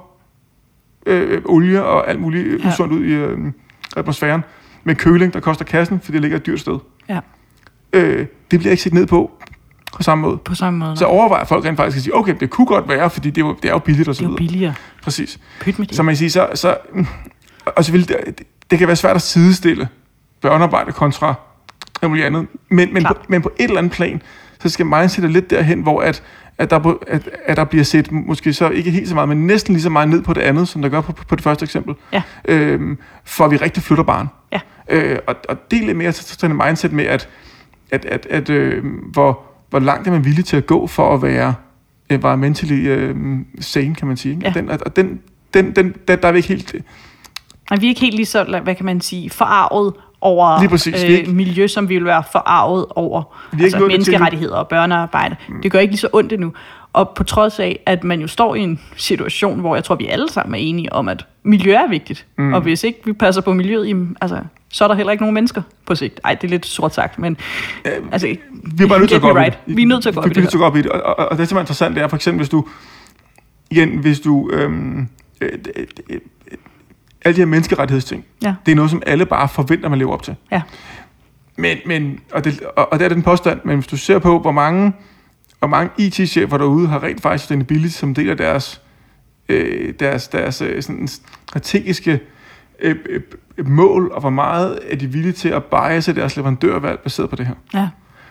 øh, olie og alt muligt ja. usundt ud i øh, atmosfæren, med køling, der koster kassen, fordi det ligger et dyrt sted. Ja. Øh, det bliver ikke set ned på på samme måde. På samme måde. Så overvejer folk rent faktisk at sige, okay, det kunne godt være, fordi det er jo, det er jo billigt og så videre. Det er jo billigere. Præcis. Pyt med det. Så man kan sige, så, så og selvfølgelig, det, det kan være svært at sidestille børnearbejde kontra noget muligt andet, men, men, på, men på et eller andet plan, så skal mindsetet lidt derhen, hvor at, at, der, at, at der bliver set, måske så ikke helt så meget, men næsten lige så meget ned på det andet, som der gør på, på det første eksempel, ja. øhm, for vi rigtig flytter barn. Ja. Øh, og, og det er lidt mere sådan en mindset med, at, at, at, at øh, hvor, hvor langt er man villig til at gå for at være environmentally øh, sane, kan man sige. Ikke? Ja. Og, den, og den, den, den, der, der er vi ikke helt... Nej, vi er ikke helt lige så, hvad kan man sige, forarvet over lige præcis, øh, ikke... miljø, som vi vil være forarvet over altså menneskerettigheder og børnearbejde. Mm. Det gør ikke lige så ondt endnu. Og på trods af, at man jo står i en situation, hvor jeg tror, vi alle sammen er enige om, at miljø er vigtigt. Mm. Og hvis ikke vi passer på miljøet, jamen, altså, så er der heller ikke nogen mennesker på sigt. Ej, det er lidt sort sagt, men ja, altså, vi er bare nødt til at gå op right. i det. Vi er nødt til at gå op i det. Vi er nødt til at gå op i det. Og, og, og det, er simpelthen interessant, det er for eksempel, hvis du igen, hvis du øhm, øh, øh, øh, alle de her menneskerettighedsting, ja. Det er noget, som alle bare forventer, man lever op til. Ja. Men, men og, det, og, og det er den påstand, men hvis du ser på, hvor mange, hvor mange I T-chefer derude har rent faktisk sustainability som del af deres, øh, deres, deres øh, sådan strategiske øh, øh, mål, og hvor meget er de villige til at biase deres leverandørvalg baseret på det her. Ja.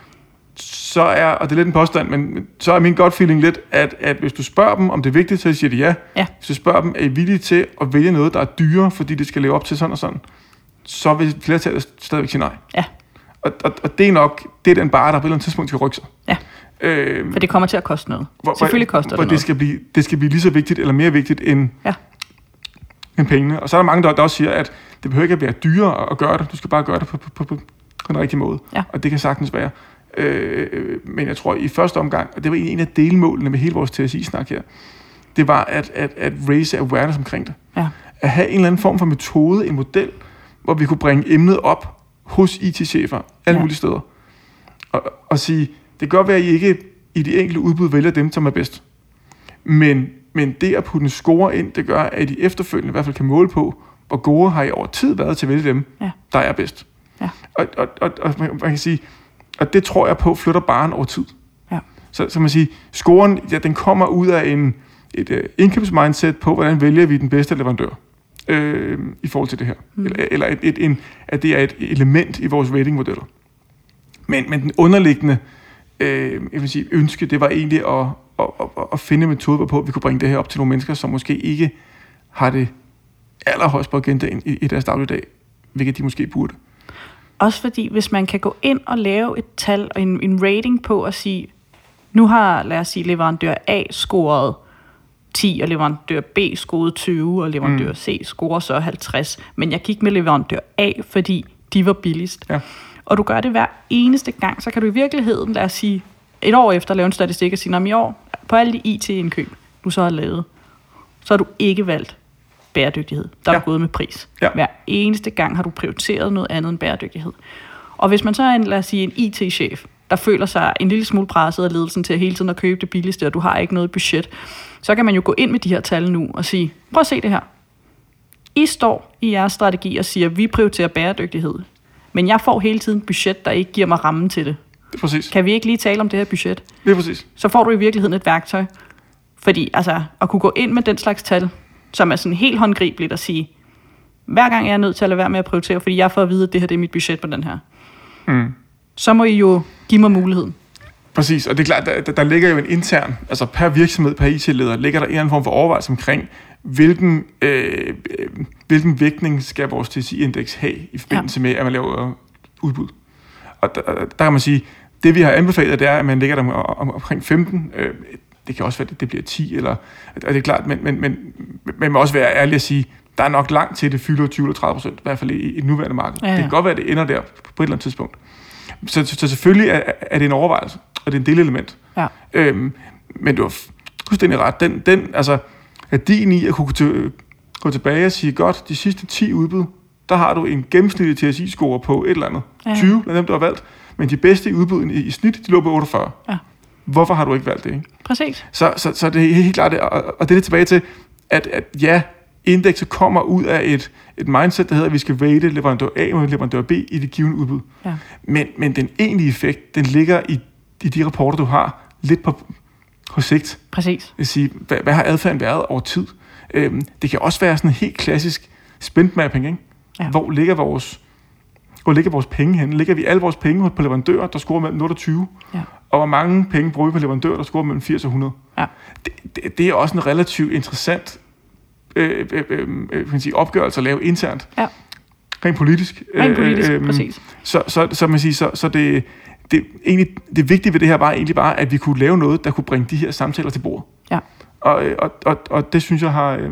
Så er, og det er lidt en påstand, men så er min gut feeling lidt, at, at hvis du spørger dem, om det er vigtigt, så siger de ja. ja. Hvis du spørger dem, er I villige til at vælge noget, der er dyrere, fordi det skal leve op til sådan og sådan, så vil flertallet stadigvæk sige nej. Ja. Og, og, og det er nok, det er den bare, der på et eller andet tidspunkt skal rykke sig. Ja, øhm, for det kommer til at koste noget. Hvor, Selvfølgelig koster hvor det noget. Det skal, blive, det skal blive lige så vigtigt, eller mere vigtigt end, ja. end pengene. Og så er der mange, der, der også siger, at det behøver ikke at være dyrere at gøre det, du skal bare gøre det på, på, på, på den rigtige måde. Ja. Og det kan sagtens være. Øh, men jeg tror, i første omgang, og det var en af delmålene med hele vores T S I-snak her, det var at, at, at raise awareness omkring det. Ja. At have en eller anden form for metode, en model, hvor vi kunne bringe emnet op hos I T-chefer, alle ja. mulige steder. Og, og sige, det kan godt være, at I ikke i de enkelte udbud vælger dem, som er bedst. Men, men det at putte en score ind, det gør, at I efterfølgende i hvert fald kan måle på, hvor gode har I over tid været til at vælge dem, ja. der er bedst. Ja. Og, og, og, og man kan sige, og det tror jeg på, flytter barn over tid. Ja. Så, så man siger, scoren, ja, den kommer ud af en, et uh, indkøbsmindset på, hvordan vælger vi den bedste leverandør øh, i forhold til det her. Mm. Eller, eller et, et, en, at det er et element i vores ratingmodeller. Men, men den underliggende øh, jeg vil sige, ønske, det var egentlig at, at, at, at finde metoder på, at vi kunne bringe det her op til nogle mennesker, som måske ikke har det allerhøjst på agendaen i, i deres dagligdag, hvilket de måske burde. Også fordi, hvis man kan gå ind og lave et tal og en, en rating på at sige, nu har, lad os sige, leverandør A scoret ti, og leverandør B scoret tyve, og leverandør mm. C scorer så halvtreds. Men jeg gik med leverandør A, fordi de var billigst. Ja. Og du gør det hver eneste gang, så kan du i virkeligheden, lad os sige, et år efter lave en statistik og sige, i år, på alle de I T-indkøb, du så har lavet, så har du ikke valgt bæredygtighed. Der er ja. gået med pris. Ja. Hver eneste gang har du prioriteret noget andet end bæredygtighed. Og hvis man så er en, lad os sige, en I T-chef, der føler sig en lille smule presset af ledelsen til hele tiden at købe det billigste, og du har ikke noget budget, så kan man jo gå ind med de her tal nu og sige, prøv at se det her. I står i jeres strategi og siger, vi prioriterer bæredygtighed, men jeg får hele tiden et budget, der ikke giver mig rammen til det. Det er præcis. Kan vi ikke lige tale om det her budget? Det er præcis. Så får du i virkeligheden et værktøj. Fordi altså, at kunne gå ind med den slags tal, som er sådan helt håndgribeligt at sige, hver gang jeg er nødt til at lade være med at prioritere, fordi jeg får at vide, at det her det er mit budget på den her. Mm. Så må I jo give mig muligheden. Præcis, og det er klart, der, der ligger jo en intern, altså per virksomhed, per I T-leder, ligger der en eller anden form for overvejelse omkring, hvilken, øh, hvilken vægtning skal vores T S I-indeks have i forbindelse ja. med, at man laver udbud. Og der, der kan man sige, det vi har anbefalet, det er, at man ligger der om, om, omkring femten. Øh, det kan også være, at det bliver ti, eller, og det er klart, men, men, men man må også være ærlig at sige, der er nok langt til, det fylder tyve eller tredive procent, i hvert fald i, i det nuværende marked. Ja, ja. Det kan godt være, at det ender der på et eller andet tidspunkt. Så, så, så selvfølgelig er, er det en overvejelse, og det er en delelement. Ja. Øhm, men du har fuldstændig ret. Den, den, altså, værdien i at kunne til, gå tilbage og sige, godt, de sidste ti udbud, der har du en gennemsnitlig T S I-score på et eller andet. Ja. tyve blandt dem, du har valgt. Men de bedste i udbudden i, i snit, de lå på otteogfyrre. Ja. Hvorfor har du ikke valgt det? Ikke? Præcis. Så, så, så det er helt klart det. Og, og det er tilbage til, at, at ja, indekset kommer ud af et, et mindset, der hedder, at vi skal rate leverandør A og leverandør B i det givende udbud. Ja. Men, men den egentlige effekt, den ligger i, i de rapporter, du har, lidt på, på sigt. Præcis. Det sige, hvad, hvad har adfærden været over tid? Øhm, det kan også være sådan en helt klassisk spendmapping, ikke? Ja. Hvor ligger vores hvor ligger vores penge henne? Ligger vi alle vores penge på leverandører, der scorer mellem nul og tyve? Ja. Og hvor mange penge bruger vi på leverandører, der scorer mellem firs og hundrede? Ja. Det, det, det er også en relativt interessant øh, øh, øh, øh, kan sige, opgørelse at lave internt. Ja. Rent politisk. Rent politisk, øh, øh, præcis. Så, så, så, man siger, så, så det, det, egentlig, det vigtige ved det her var egentlig bare, at vi kunne lave noget, der kunne bringe de her samtaler til bordet. Ja. Og, og, og, og det synes jeg har... Øh,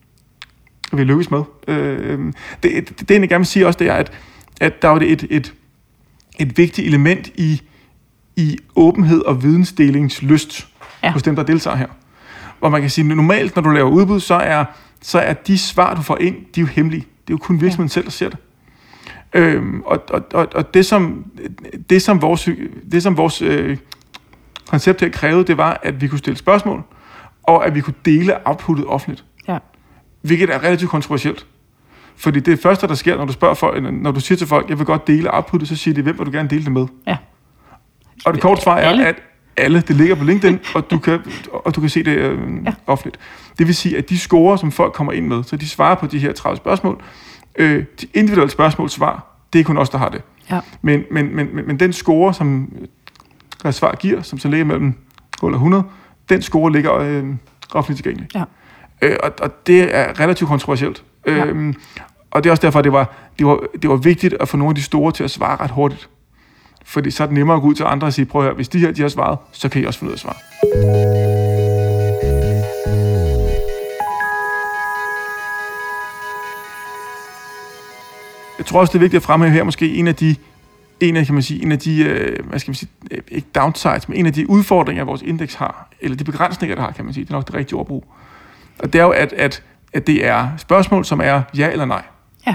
vi lykkes med. Øh, det, det, det, jeg gerne vil sige også, det er, at, at der var et, et, et vigtigt element i, i åbenhed og vidensdelingslyst ja. hos dem, der deltager her. Hvor man kan sige, normalt, når du laver udbud, så er, så er de svar, du får ind, de er jo hemmelige. Det er jo kun virksomheden ja. selv, der ser det. Øhm, og og, og, og det, som, det, som vores, det, som vores øh, koncept her krævede, det var, at vi kunne stille spørgsmål, og at vi kunne dele outputtet offentligt. Ja. Hvilket er relativt kontroversielt. Fordi det første, der sker, når du spørger folk, når du siger til folk, jeg vil godt dele outputtet, så siger de, hvem vil du gerne dele det med? Ja. Og det korte svar er, alle. at alle, det ligger på LinkedIn, og du kan, og du kan se det øh, ja. offentligt. Det vil sige, at de scorer, som folk kommer ind med, så de svarer på de her tredive spørgsmål, øh, de individuelle spørgsmål svar, det er kun os, der har det. Ja. Men, men, men, men den score, som deres svar giver, som så ligger mellem nul og hundrede, den score ligger øh, offentligt tilgængelig. Ja. Øh, og, og det er relativt kontroversielt. Ja. Øhm, og det er også derfor, det var, det, var, det var vigtigt at få nogle af de store til at svare ret hurtigt. Fordi så er det nemmere at gå ud til andre og sige, prøv at høre, hvis de her de har svaret, så kan I også finde ud af at svare. Jeg tror også, det er vigtigt at fremhæve her, måske en af de, en af, kan man sige, en af de, øh, hvad skal man sige, ikke downsides, men en af de udfordringer, vores indeks har, eller de begrænsninger, der har, kan man sige, det er nok det rigtige ordbrug. Og det er jo, at, at, at det er spørgsmål, som er ja eller nej. Ja.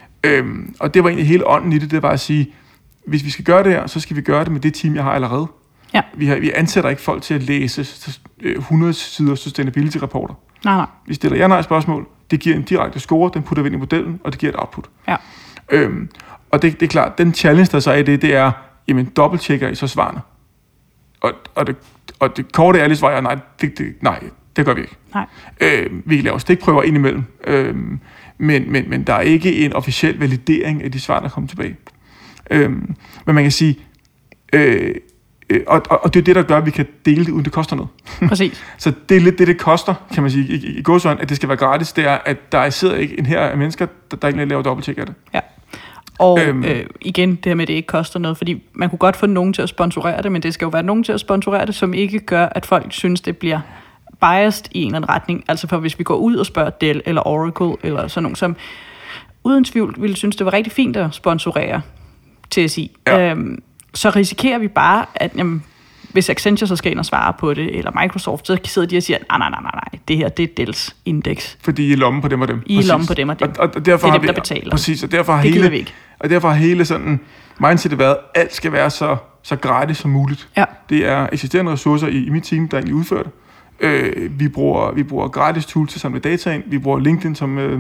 Øhm, og det var egentlig hele ånden i det, det var at sige, hvis vi skal gøre det her, så skal vi gøre det med det team, jeg har allerede. Ja. Vi, har, vi ansætter ikke folk til at læse hundrede sider sustainability-rapporter. Nej, nej. Vi stiller ja-nej-spørgsmål, det giver en direkte score, den putter vi ind i modellen, og det giver et output. Ja. Øhm, og det, det er klart, den challenge, der så er i det, det er, jamen, dobbelttjekker I så svarene. Og, og, det, og det korte ærlige svar er, nej, det, det, nej, det gør vi ikke. Nej. Øhm, vi laver stikprøver indimellem, øhm, men, men, men der er ikke en officiel validering af de svar, der kommer tilbage. Øhm, men man kan sige, øh, øh, og, og, og det er det, der gør, at vi kan dele det, uden det koster noget. Præcis. Så det er lidt det, det koster, kan man sige, i, i, i godsøjne, at det skal være gratis, det er, at der sidder ikke en her af mennesker, der, der ikke laver dobbelttjek af det. Ja. Og øhm, øh, igen, det her med, at det ikke koster noget, fordi man kunne godt få nogen til at sponsorere det, men det skal jo være nogen til at sponsorere det, som ikke gør, at folk synes, det bliver biased i en eller anden retning. Altså for hvis vi går ud og spørger Dell eller Oracle, eller sådan nogen, som uden tvivl ville synes, det var rigtig fint at sponsorere T S I, ja. øhm, så risikerer vi bare, at jamen, hvis Accenture så skal ind og svare på det, eller Microsoft, så sidder de og siger, nej, nej, nej, nej, det her, det er Dells indeks. Fordi I er lommen på dem og dem. I er lommen på dem og dem. Og, og, og derfor det er har dem, vi, der betaler. Præcis, og derfor har det hele, vi ikke. Og derfor har hele sådan mindsetet været, alt skal være så, så gratis som muligt. Ja. Det er eksisterende ressourcer i, i mit team, der egentlig udfører det. Øh, vi, bruger, vi bruger gratis tools til at samle data ind. Vi bruger LinkedIn som øh,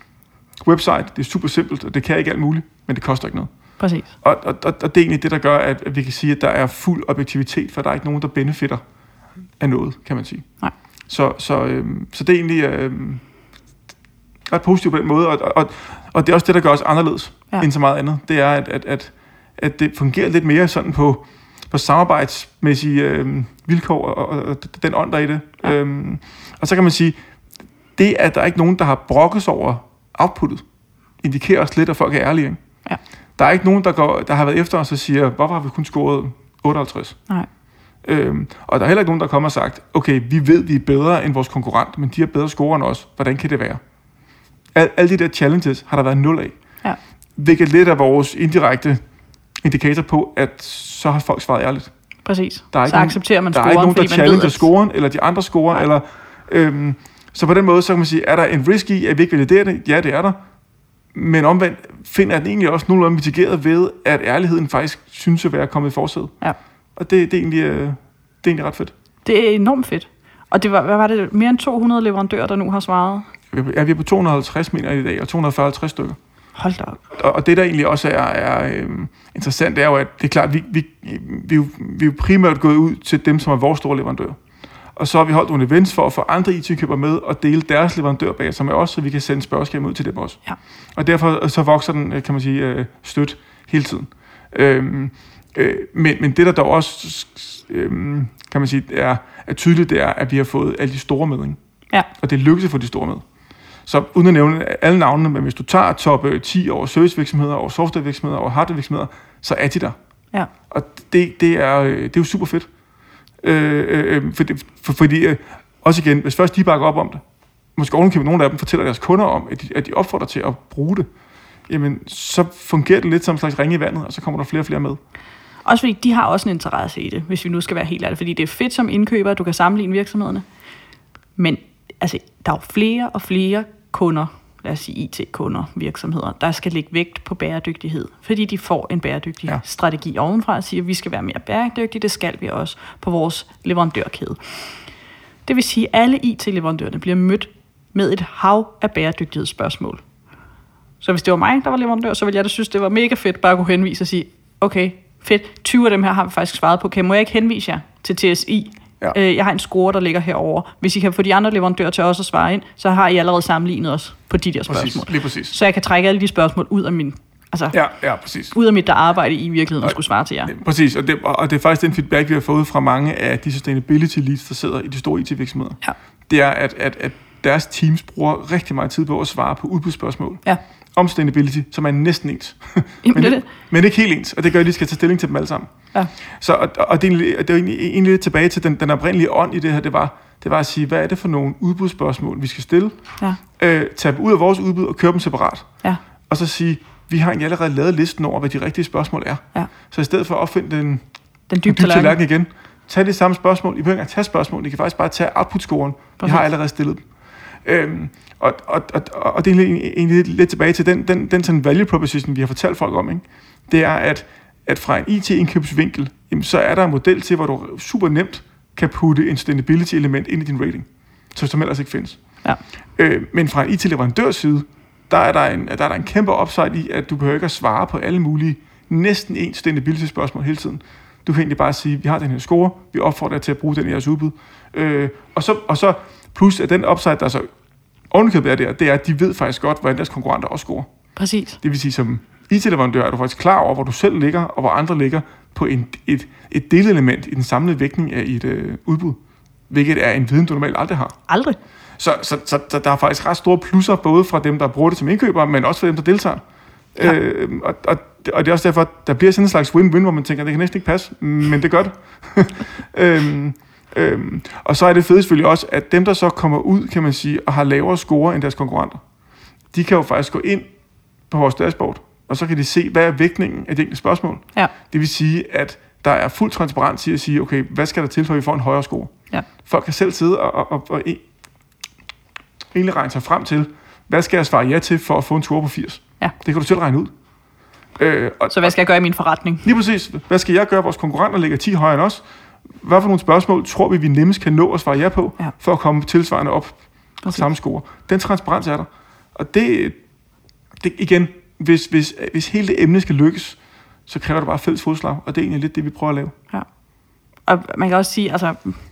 website. Det er super simpelt, og det kan ikke alt muligt, men det koster ikke noget. Præcis. Og, og, og det er egentlig det, der gør, at, at vi kan sige, at der er fuld objektivitet, for der er ikke nogen, der benefitter af noget, kan man sige. Nej. Så, så, øhm, så det er egentlig øhm, ret positivt på den måde, og, og, og det er også det, der gør os anderledes ja. end så meget andet. Det er, at, at, at, at det fungerer lidt mere sådan på, på samarbejdsmæssige øhm, vilkår, og, og, og den ånd, der er i det. Ja. Øhm, og så kan man sige, det at der er ikke nogen, der har brokkes over outputtet, indikerer også lidt, at folk er ærlige. Ikke? Ja. Der er ikke nogen, der, går, der har været efter os og siger, hvorfor har vi kun scoret otteoghalvtreds. Nej. Øhm, og der er heller ikke nogen, der kommer og sagt, okay, vi ved, vi er bedre end vores konkurrent, men de har bedre score end os. Hvordan kan det være? Al, alle de der challenges har der været nul af. Ja. Hvilket lidt af vores indirekte indikator på, at så har folk svaret ærligt. Præcis. Der er så ikke accepterer man der scoren, er ikke nogen, der fordi man challenger ved, at... scoren, eller de andre scorer, Nej. eller... Øhm, så på den måde, så kan man sige, er der en risk i, at vi ikke validerer det? Ja, det er der. Men omvendt finder jeg den egentlig også nogenlunde mitigeret ved, at ærligheden faktisk synes at være kommet i forsædet. Ja. Og det, det, er egentlig, øh, det er egentlig ret fedt. Det er enormt fedt. Og det var, hvad var det, mere end to hundrede leverandører, der nu har svaret? Ja, vi er på to hundrede og halvtreds mener i dag, og to hundrede og fyrre halvtreds stykker. Hold da op. Og, og det, der egentlig også er, er øh, interessant, det er jo, at det er klart, vi, vi, vi, vi, vi er jo primært gået ud til dem, som er vores store leverandører. Og så har vi holdt nogle events for at få andre I T-købere med og dele deres leverandørbase med os, så vi kan sende spørgeskemaer ud til dem også. Ja. Og derfor så vokser den, kan man sige, støt hele tiden. Øhm, øh, men, men det, der dog også øhm, kan man sige, er, er tydeligt, det er, at vi har fået alle de store med. Ikke? Ja. Og det lykkes at få de store med. Så uden at nævne alle navnene, men hvis du tager top ti over servicevirksomheder, over softwarevirksomheder, over hardwarevirksomheder, så er de der. Ja. Og det, det, er, det er jo super fedt. Øh, øh, for, for, fordi, øh, også igen, hvis først de bakker op om det, måske ovenikøbet nogle af dem fortæller deres kunder om, at de, at de opfordrer til at bruge det, jamen, så fungerer det lidt som en slags ringe i vandet, og så kommer der flere og flere med. Også fordi de har også en interesse i det, hvis vi nu skal være helt ærlige, fordi det er fedt som indkøber, at du kan sammenligne virksomhederne, men altså, der er jo flere og flere kunder, lad os sige I T-kunder, virksomheder, der skal lægge vægt på bæredygtighed, fordi de får en bæredygtig ja. strategi ovenfra og siger, at vi skal være mere bæredygtige, det skal vi også på vores leverandørkæde. Det vil sige, at alle I T-leverandørerne bliver mødt med et hav af bæredygtighedsspørgsmål. Så hvis det var mig, der var leverandør, så ville jeg da synes, det var mega fedt bare at kunne henvise og sige, okay, fedt, tyve af dem her har vi faktisk svaret på, okay, må jeg ikke henvise jer til T S I? Ja. Øh, jeg har en score, der ligger herovre. Hvis I kan få de andre leverandører til også at svare ind, så har I allerede sammenlignet os på de der spørgsmål. Præcis, lige præcis. Så jeg kan trække alle de spørgsmål ud af min, altså, ja, ja, præcis. ud af mit der arbejde i virkeligheden og skulle svare til jer. Præcis, og det, og det er faktisk den feedback, vi har fået fra mange af de sustainability leads, der sidder i de store I T-virksomheder. Ja. Det er, at, at, at deres teams bruger rigtig meget tid på at svare på udbudsspørgsmål. Ja. Om sustainability, som er næsten ens. men, det, men ikke helt ens, og det gør, at de skal tage stilling til dem alle sammen. Ja. Så, og, og det er egentlig, det er egentlig, egentlig lidt tilbage til den, den oprindelige ånd i det her, det var, det var at sige, hvad er det for nogle udbudsspørgsmål, vi skal stille, ja. øh, tage dem ud af vores udbud og køre dem separat. Ja. Og så sige, vi har egentlig allerede lavet listen over, hvad de rigtige spørgsmål er. Ja. Så i stedet for at opfinde den, den dybe tallerken igen, tag det samme spørgsmål, I behøver ikke engang tage spørgsmål, I kan faktisk bare tage output-scoren, vi har allerede stillet dem. Øhm, og, og, og, og det er egentlig lidt tilbage til den, den, den sådan value proposition, vi har fortalt folk om, ikke? Det er, at, at fra en I T-indkøbsvinkel, jamen, så er der en model til, hvor du super nemt kan putte en sustainability-element ind i din rating, så som ellers ikke findes. Ja. Øh, men fra en I T-leverandørs side, der er der, en, der er der en kæmpe upside i, at du behøver ikke at svare på alle mulige, næsten en sustainability-spørgsmål hele tiden. Du kan egentlig bare sige, vi har den her score, vi opfordrer jer til at bruge den i jeres udbud. Øh, og, så, og så plus at den upside, der så ovenikøbet er der, det er, at de ved faktisk godt, hvordan deres konkurrenter også scorer. Præcis. Det vil sige, som I T-leverandør er du faktisk klar over, hvor du selv ligger, og hvor andre ligger på en, et, et delelement i den samlede vægtning af et øh, udbud. Hvilket er en viden, du normalt aldrig har. Aldrig. Så, så, så, så der er faktisk ret store plusser, både fra dem, der bruger det som indkøbere, men også fra dem, der deltager. Ja. Øh, og, og, og det er også derfor, at der bliver sådan en slags win-win, hvor man tænker, det kan næsten ikke passe, men det gør det. øhm, øhm, og så er det fedt selvfølgelig også, at dem, der så kommer ud, kan man sige, og har lavere score end deres konkurrenter, de kan jo faktisk gå ind på vores dashboard, og så kan de se, hvad er vægtningen af de enkelte spørgsmål. Ja. Det vil sige, at der er fuld transparens i at sige, okay, hvad skal der til, for at vi får en højere score? Ja. Folk kan selv sidde og, og, og, og egentlig regne sig frem til, hvad skal jeg svare ja til for at få en score på firs? Ja. Det kan du selv regne ud. Øh, og, så hvad skal jeg gøre i min forretning? Lige præcis. Hvad skal jeg gøre? Vores konkurrenter ligger ti højere end os. Hvad for nogle spørgsmål tror vi, vi nemmest kan nå at svare ja på, ja. For at komme tilsvarende op på samme score? Den transparens er der. Og det, det igen, hvis, hvis, hvis hele det emne skal lykkes, så kræver det bare fælles fodslag, og det er egentlig lidt det, vi prøver at lave. Ja. Og man kan også sige, altså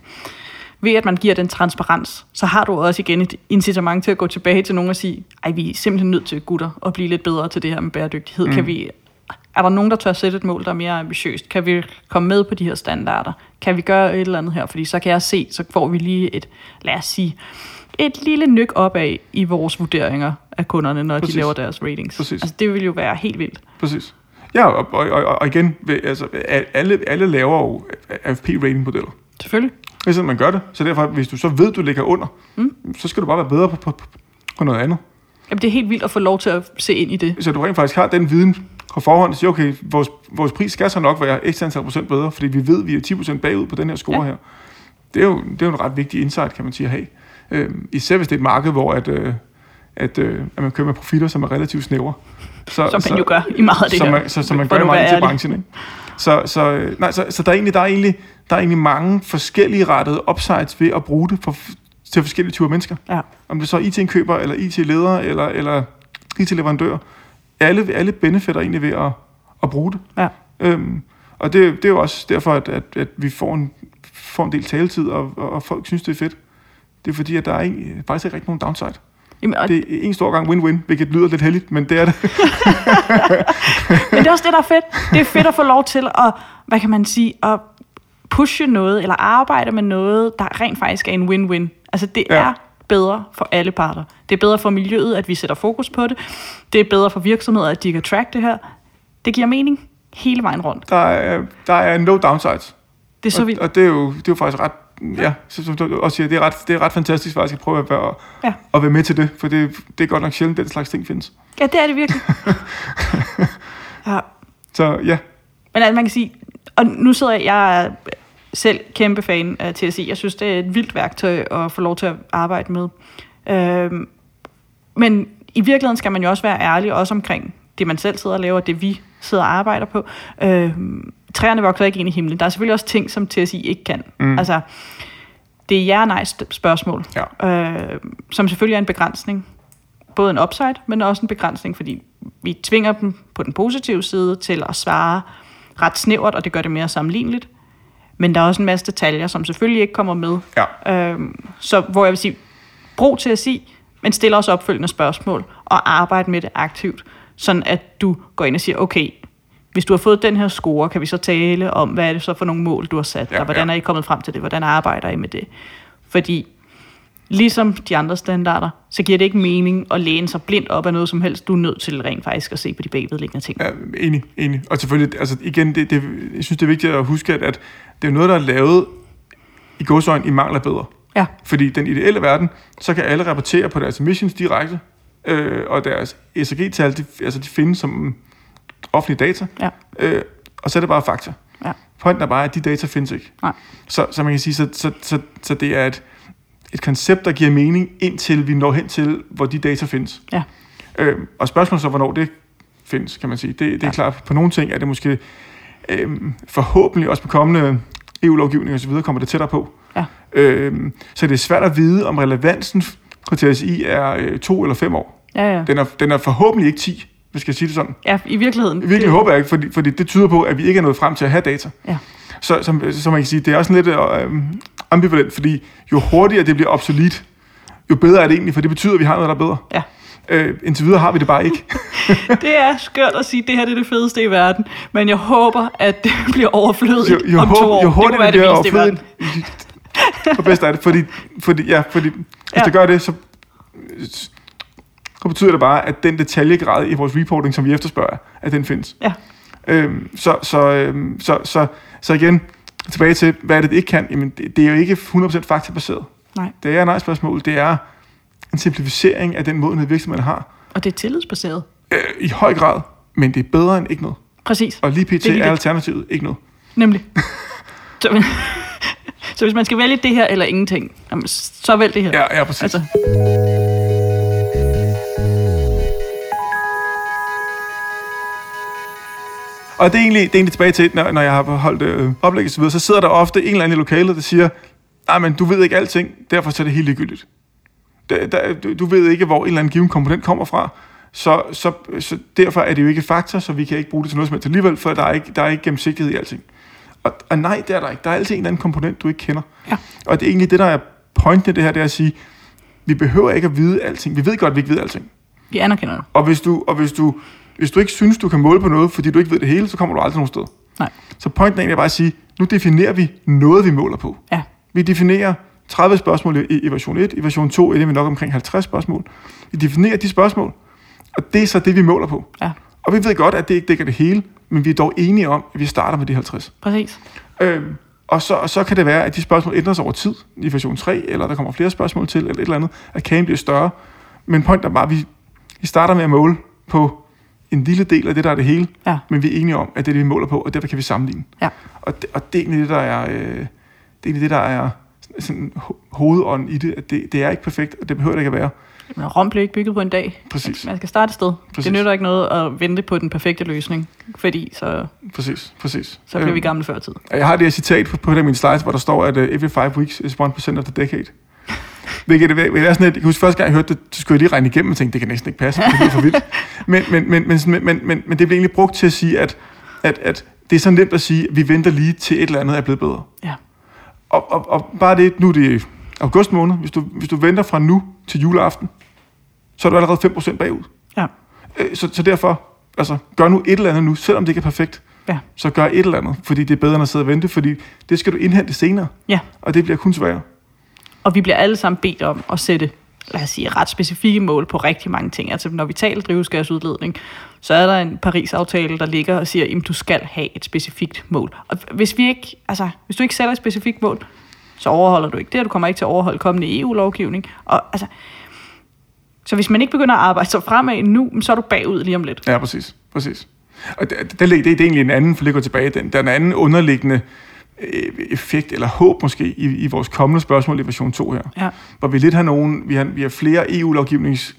ved at man giver den transparens, så har du også igen et incitament til at gå tilbage til nogen og sige, ej, vi er simpelthen nødt til, gutter, at blive lidt bedre til det her med bæredygtighed. Mm. Kan vi, er der nogen, der tør sætte et mål, der er mere ambitiøst? Kan vi komme med på de her standarder? Kan vi gøre et eller andet her? Fordi så kan jeg se, så får vi lige et, lad os sige, et lille nyk opad i vores vurderinger af kunderne, når Præcis. De laver deres ratings. Præcis. Altså, det vil jo være helt vildt. Præcis. Ja, og, og, og, og igen, altså, alle, alle laver jo A F P-rating-modeller. Selvfølgelig. Det er sådan, man gør det. Så derfor, hvis du så ved, du ligger under, mm. så skal du bare være bedre på, på, på noget andet. Jamen, det er helt vildt at få lov til at se ind i det. Så du rent faktisk har den viden på forhånd, og siger, okay, vores, vores pris skal så nok være x antal procent bedre, fordi vi ved, at vi er ti procent bagud på den her score ja. her. Det er, jo, det er jo en ret vigtig insight, kan man sige, at have. Øh, især hvis det er et marked, hvor at, øh, at, øh, at man kører med profitter, som er relativt snævre. Så, som man så, jo gør i meget af det som her. Man, så, som man gør i meget til branchen. Ikke? Så, så, nej, så, så der, er egentlig, der, er egentlig, der er egentlig mange forskellige rettede upsides ved at bruge det for, til forskellige typer mennesker. Ja. Om det så er I T-indkøber, eller I T-ledere, eller, eller I T-leverandører. Alle, alle benefitter egentlig ved at, at bruge det. Ja. Øhm, og det, det er jo også derfor, at, at, at vi får en, får en del taletid, og, og, og folk synes, det er fedt. Det er fordi, at der er en, faktisk ikke rigtig nogen downside. Jamen, og det er en stor gang win-win, hvilket lyder lidt heldigt, men det er det. Men det er også det, der er fedt. Det er fedt at få lov til at, hvad kan man sige, at pushe noget, eller arbejde med noget, der rent faktisk er en win-win. Altså det ja. er bedre for alle parter. Det er bedre for miljøet, at vi sætter fokus på det. Det er bedre for virksomheder, at de kan track det her. Det giver mening hele vejen rundt. Der er, der er no downsides. Det er så vildt. Og, og det, er jo, det er jo faktisk ret, ja, som du også siger, det er ret, det er ret fantastisk faktisk at prøve at være, ja. at være med til det, for det, det er godt nok sjældent, at den slags ting findes. Ja, det er det virkelig. Ja. Så ja. Men altså, man kan sige, og nu sidder jeg, jeg er selv kæmpe fan af T S I. Jeg synes, det er et vildt værktøj at få lov til at arbejde med. Øhm, men i virkeligheden skal man jo også være ærlig, også omkring det, man selv sidder og laver, det vi sidder og arbejder på. Øhm, træerne vokser ikke ind i himlen. Der er selvfølgelig også ting, som T S I ikke kan. Mm. Altså, det er ja-nej-spørgsmål, ja. øh, som selvfølgelig er en begrænsning. Både en upside, men også en begrænsning, fordi vi tvinger dem på den positive side til at svare ret snævert, og det gør det mere sammenligneligt. Men der er også en masse detaljer, som selvfølgelig ikke kommer med. Ja. Øh, så hvor jeg vil sige, brug T S I, men stiller også opfølgende spørgsmål, og arbejde med det aktivt, sådan at du går ind og siger, okay, hvis du har fået den her score, kan vi så tale om, hvad er det så for nogle mål, du har sat, ja, og hvordan ja. er I kommet frem til det, hvordan arbejder I med det? Fordi ligesom de andre standarder, så giver det ikke mening at læne sig blindt op af noget som helst. Du er nødt til rent faktisk at se på de bagvedliggende ting. Ja, enig, enig. Og selvfølgelig, altså igen, det, det, jeg synes, det er vigtigt at huske, at, at det er noget, der er lavet i gåseøjne i mangler bedre. Ja. Fordi den ideelle verden, så kan alle rapportere på deres emissions direkte, øh, og deres E S G-tal, de, altså de findes som offentlige data, ja. øh, og så er det bare fakta. Ja. Pointen er bare, at de data findes ikke. Nej. Så, så man kan sige, så, så, så, så det er et, et koncept, der giver mening, indtil vi når hen til, hvor de data findes. Ja. Øh, og spørgsmålet så, hvornår det findes, kan man sige. Det, det er ja. klart, på nogle ting er det måske øh, forhåbentlig også på kommende E U-lovgivning og så videre, kommer det tættere på. Ja. Øh, så det er svært at vide, om relevansen for T S I er øh, to eller fem år. Ja, ja. Den, er, den er forhåbentlig ikke ti. Vi skal sige det sådan. Ja, i virkeligheden. I virkeligheden håber jeg ikke, fordi, fordi det tyder på, at vi ikke er nået frem til at have data. Ja. Så, så, så man kan sige, det er også lidt øh, ambivalent, fordi jo hurtigere det bliver obsolet, jo bedre er det egentlig, for det betyder, at vi har noget, der er bedre. Ja. Øh, indtil videre har vi det bare ikke. Det er skørt at sige, at det her det er det fedeste i verden, men jeg håber, at det bliver overflødigt jo, jo om håb, to år. Jo hurtigere det, det bliver overflødigt, for bedst er det, fordi, fordi, ja, fordi hvis ja. det gør det, så... så betyder det bare, at den detaljegrad i vores reporting, som vi efterspørger, at den findes. Ja. Øhm, så, så, øhm, så, så, så igen, tilbage til, hvad er det, det ikke kan? Jamen, det, det er jo ikke hundrede procent faktabaseret. Nej. Det er et nej-spørgsmål. Det er en simplificering af den måde, en virksomhed har. Og det er tillidsbaseret. Øh, I høj grad, men det er bedre end ikke noget. Præcis. Og lige pt. er alternativet ikke noget. Nemlig. så, så hvis man skal vælge det her eller ingenting, jamen, så vælg det her. Ja, ja præcis. Altså. Og det er, egentlig, det er egentlig tilbage til, når, når jeg har holdt øh, oplæg og så videre, så sidder der ofte en eller anden i lokalet, der siger, nej, men du ved ikke alting, derfor så er det helt ligegyldigt. Der, der, du ved ikke, hvor en eller anden given komponent kommer fra, så, så, så derfor er det jo ikke fakta, så vi kan ikke bruge det til noget som helst alligevel, for der er ikke, der er ikke gennemsigtighed i alting. Og, og nej, det er der ikke. Der er altid en eller anden komponent, du ikke kender. Ja. Og det er egentlig det, der er pointen i det her, det er at sige, vi behøver ikke at vide alting. Vi ved godt, at vi ikke ved alting. Vi anerkender det. Og hvis du, og hvis du Hvis du ikke synes, du kan måle på noget, fordi du ikke ved det hele, så kommer du aldrig nogen sted. Nej. Så pointen er egentlig bare at sige, nu definerer vi noget, vi måler på. Ja. Vi definerer tredive spørgsmål i version et, i version to er det vi nok omkring halvtreds spørgsmål. Vi definerer de spørgsmål, og det er så det, vi måler på. Ja. Og vi ved godt, at det ikke dækker det hele, men vi er dog enige om, at vi starter med de halvtreds. Præcis. Øhm, og, så, og så kan det være, at de spørgsmål ændrer sig over tid, i version tre, eller der kommer flere spørgsmål til, eller et eller andet, at kagen bliver større. Men point er bare, at vi, vi starter med at måle på en lille del af det, der er det hele, ja. Men vi er enige om, at det er det, vi måler på, og derfor kan vi sammenligne. Ja. Og, det, og det er egentlig det, der er, øh, det er, egentlig det, der er sådan, ho- hovedånden i det, at det, det er ikke perfekt, og det behøver det ikke at være. Men Rom blev ikke bygget på en dag. Præcis. Man skal starte et sted. Præcis. Det nytter ikke noget at vente på den perfekte løsning, fordi så, præcis, præcis. så bliver vi gamle før tid. Jeg har det her citat på, på et af mine slides, hvor der står, at uh, every five weeks is one percent of the decade. Hvilket det er sådan et, jeg kan huske, første gang jeg hørte det, så skulle jeg lige regne igennem og tænke, det kan næsten ikke passe, det er for vildt. Men, men, men, men, men, men, men, men det bliver egentlig brugt til at sige, at, at, at det er så nemt at sige, at vi venter lige til et eller andet er blevet bedre. Ja. Og, og, og bare det, nu er det august måned, hvis du, hvis du venter fra nu til juleaften, så er du allerede fem procent bagud. Ja. Så, så derfor, altså, gør nu et eller andet nu, selvom det ikke er perfekt. Ja. Så gør et eller andet, fordi det er bedre end at sidde og vente, fordi det skal du indhente senere. Ja. Og det bliver kun sværere. Og vi bliver alle sammen bedt om at sætte, lad os sige, ret specifikke mål på rigtig mange ting. Altså når vi taler drivhusgasudledning, så er der en Paris-aftale, der ligger og siger, at du skal have et specifikt mål. Og hvis vi ikke, altså hvis du ikke sætter et specifikt mål, så overholder du ikke det, og du kommer ikke til at overholde kommende E U-lovgivning. Og altså, så hvis man ikke begynder at arbejde så fremad nu, så er du bagud lige om lidt. Ja, præcis. præcis. Og det, det, det, det er egentlig en anden, for det går tilbage, den, der er en anden underliggende effekt, eller håb måske, i, i vores kommende spørgsmål i version to her. Ja. Hvor vi lidt har nogen, vi har, vi har flere E U-lovgivnings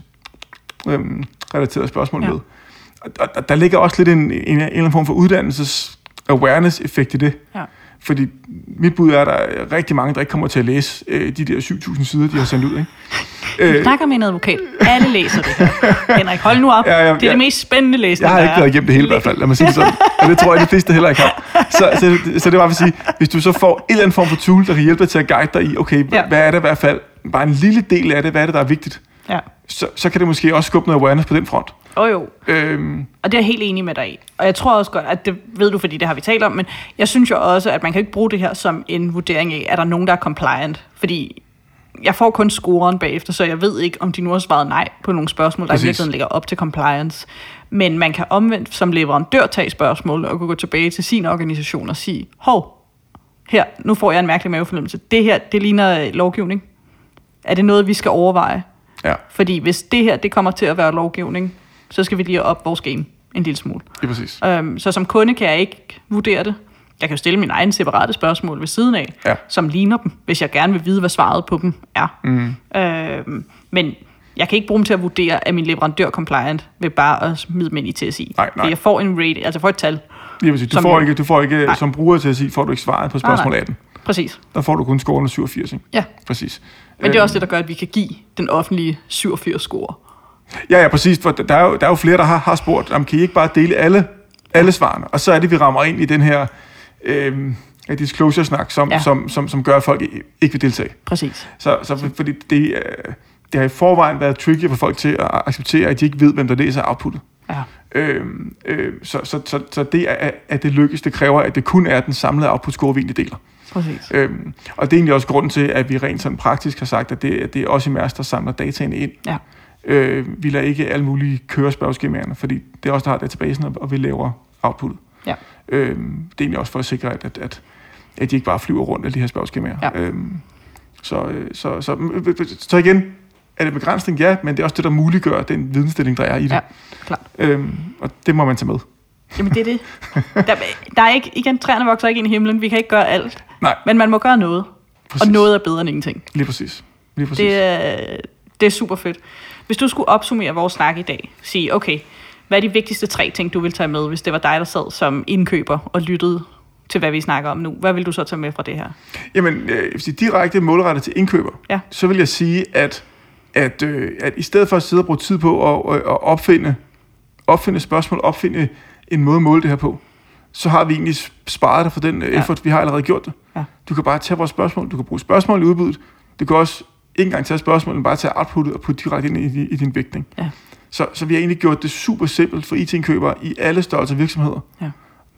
øhm, relaterede spørgsmål ja. med. Og, og, og der ligger også lidt en, en, en eller anden form for uddannelses-awareness-effekt i det. Ja. Fordi mit bud er, at der er rigtig mange, der ikke kommer til at læse øh, de der syv tusind sider, de har sendt ud. Ikke? Du snakker med en advokat. Alle læser det her. Henrik, hold nu op. Ja, ja, det er ja. det mest spændende læsning, jeg har ikke været igennem det hele i hvert fald, lad mig sige det sådan. Og det tror jeg, de fleste heller ikke har. Så, så, så det var for at sige, hvis du så får en eller anden form for tool, der kan hjælpe dig til at guide dig i, okay, ja. hvad er det i hvert fald, bare en lille del af det, hvad er det, der er vigtigt, ja. så, så kan det måske også skubbe noget awareness på den front. Åh oh, jo, øhm. og det er jeg helt enig med dig i. Og jeg tror også godt, at det ved du, fordi det har vi talt om, men jeg synes jo også, at man kan ikke bruge det her som en vurdering af, er der nogen, der er compliant? Fordi jeg får kun scoren bagefter, så jeg ved ikke, om de nu har svaret nej på nogle spørgsmål, der i virkeligheden ligger op til compliance. Men man kan omvendt som leverandør tage spørgsmål og gå tilbage til sin organisation og sige, hov, her, nu får jeg en mærkelig mavefornemmelse. Det her, det ligner lovgivning. Er det noget, vi skal overveje? Ja. Fordi hvis det her, det kommer til at være lovgivning, så skal vi lige op vores game en lille smule. Ja, præcis. Øhm, så som kunde kan jeg ikke vurdere det. Jeg kan jo stille mine egne separate spørgsmål ved siden af, ja. som ligner dem, hvis jeg gerne vil vide, hvad svaret på dem er. Mm. Øhm, men jeg kan ikke bruge dem til at vurdere, at min leverandør compliant ved bare at smide dem ind i T S I. Nej, nej. For jeg får en rate, altså får et tal. Ja, præcis. Du får ikke, du får ikke som bruger til T S I, får du ikke svaret på spørgsmål nej, nej. atten. Præcis. Der får du kun scoren syvogfirs. Ikke? Ja. Præcis. Men det er også det, der gør, at vi kan give den offentlige syvogfirs score. Ja, ja, præcis. For der er jo, der er jo flere, der har, har spurgt, om kan I ikke bare dele alle, alle svarene? Og så er det, vi rammer ind i den her øh, disclosure-snak, som, ja. som, som, som gør, at folk ikke vil deltage. Præcis. Så, så fordi det, øh, det har i forvejen været tricky for folk til at acceptere, at de ikke ved, hvem der læser outputtet. Ja. Øh, øh, så, så, så, så det, er, at det lykkes, det kræver, at det kun er den samlede output-score, vi egentlig deler. Præcis. Øhm, og det er egentlig også grunden til, at vi rent sådan praktisk har sagt, at det, at det er også i Mærs, der samler dataene ind. Ja. Øh, vi lader ikke alle mulige køre spørgeskemaerne, fordi det er også der har databasen, og vi laver outputtet. Ja. Øhm, det er egentlig også for at sikre, at, at, at, at de ikke bare flyver rundt af de her spørgeskemaer. Ja. Øhm, så, så, så, så igen, er det begrænsning? Ja, men det er også det, der muliggør den vidensdeling, der er i det. Ja, klart. Øhm, og det må man tage med. Jamen det er det. Der, der er ikke, igen, træerne vokser ikke ind i himlen, vi kan ikke gøre alt. Nej. Men man må gøre noget. Præcis. Og noget er bedre end ingenting. Lige præcis. Lige præcis. Det, er, det er super fedt. Hvis du skulle opsummere vores snak i dag, sige, okay, hvad er de vigtigste tre ting, du vil tage med, hvis det var dig, der sad som indkøber og lyttede til, hvad vi snakker om nu? Hvad vil du så tage med fra det her? Jamen, øh, hvis det er direkte målrettet til indkøber, ja. så vil jeg sige, at, at, øh, at i stedet for at sidde og bruge tid på at, at opfinde, opfinde spørgsmål, opfinde en måde at måle det her på, så har vi egentlig sparet dig for den ja. effort, vi har allerede gjort det. Ja. Du kan bare tage vores spørgsmål, du kan bruge spørgsmål i udbuddet, du kan også ikke engang tage spørgsmål, men bare tage outputtet og putte direkte ind i, i din vægtning. Ja. Så, så vi har egentlig gjort det super simpelt for I T-indkøbere i alle størrelser virksomheder. Ja.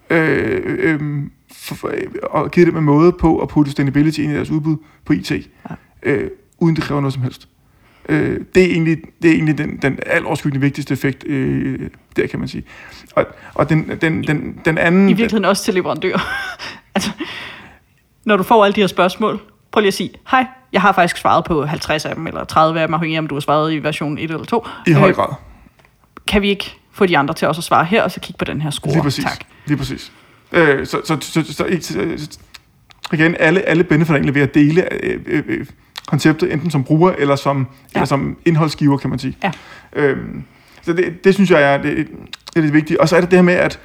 Øh, øh, for, for, og givet dem en måde på at putte sustainability ind i deres udbud på I T, ja. øh, uden det kræver noget som helst. Øh, det er egentlig, det er egentlig den, den alt overskyggende vigtigste effekt, øh, der, kan man sige. Og, og den, den, den, den anden... I virkeligheden også til leverandør. Altså, når du får alle de her spørgsmål, prøv lige at sige, hej, jeg har faktisk svaret på halvtreds af dem, eller tredive af dem, afhængig af, om du har svaret i version et eller to. I høj grad. Kan vi ikke få de andre til også at svare her, og så kigge på den her score? Lige præcis. Tak. Lige præcis. Øh, så, så, så, så, så, så igen, alle, alle benefit ved at dele øh, øh, konceptet, enten som bruger, eller som, ja. eller som indholdsgiver, kan man sige. Ja. Øhm, så det, det synes jeg er det, det er det vigtige. Og så er det det her med, at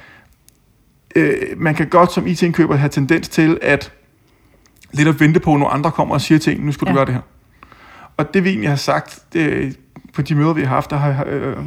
øh, man kan godt som I T-indkøber have tendens til, at lidt at vente på, når andre kommer og siger ting, nu skal ja. du gøre det her. Og det vi egentlig har sagt, det, på de møder, vi har haft, der har øh,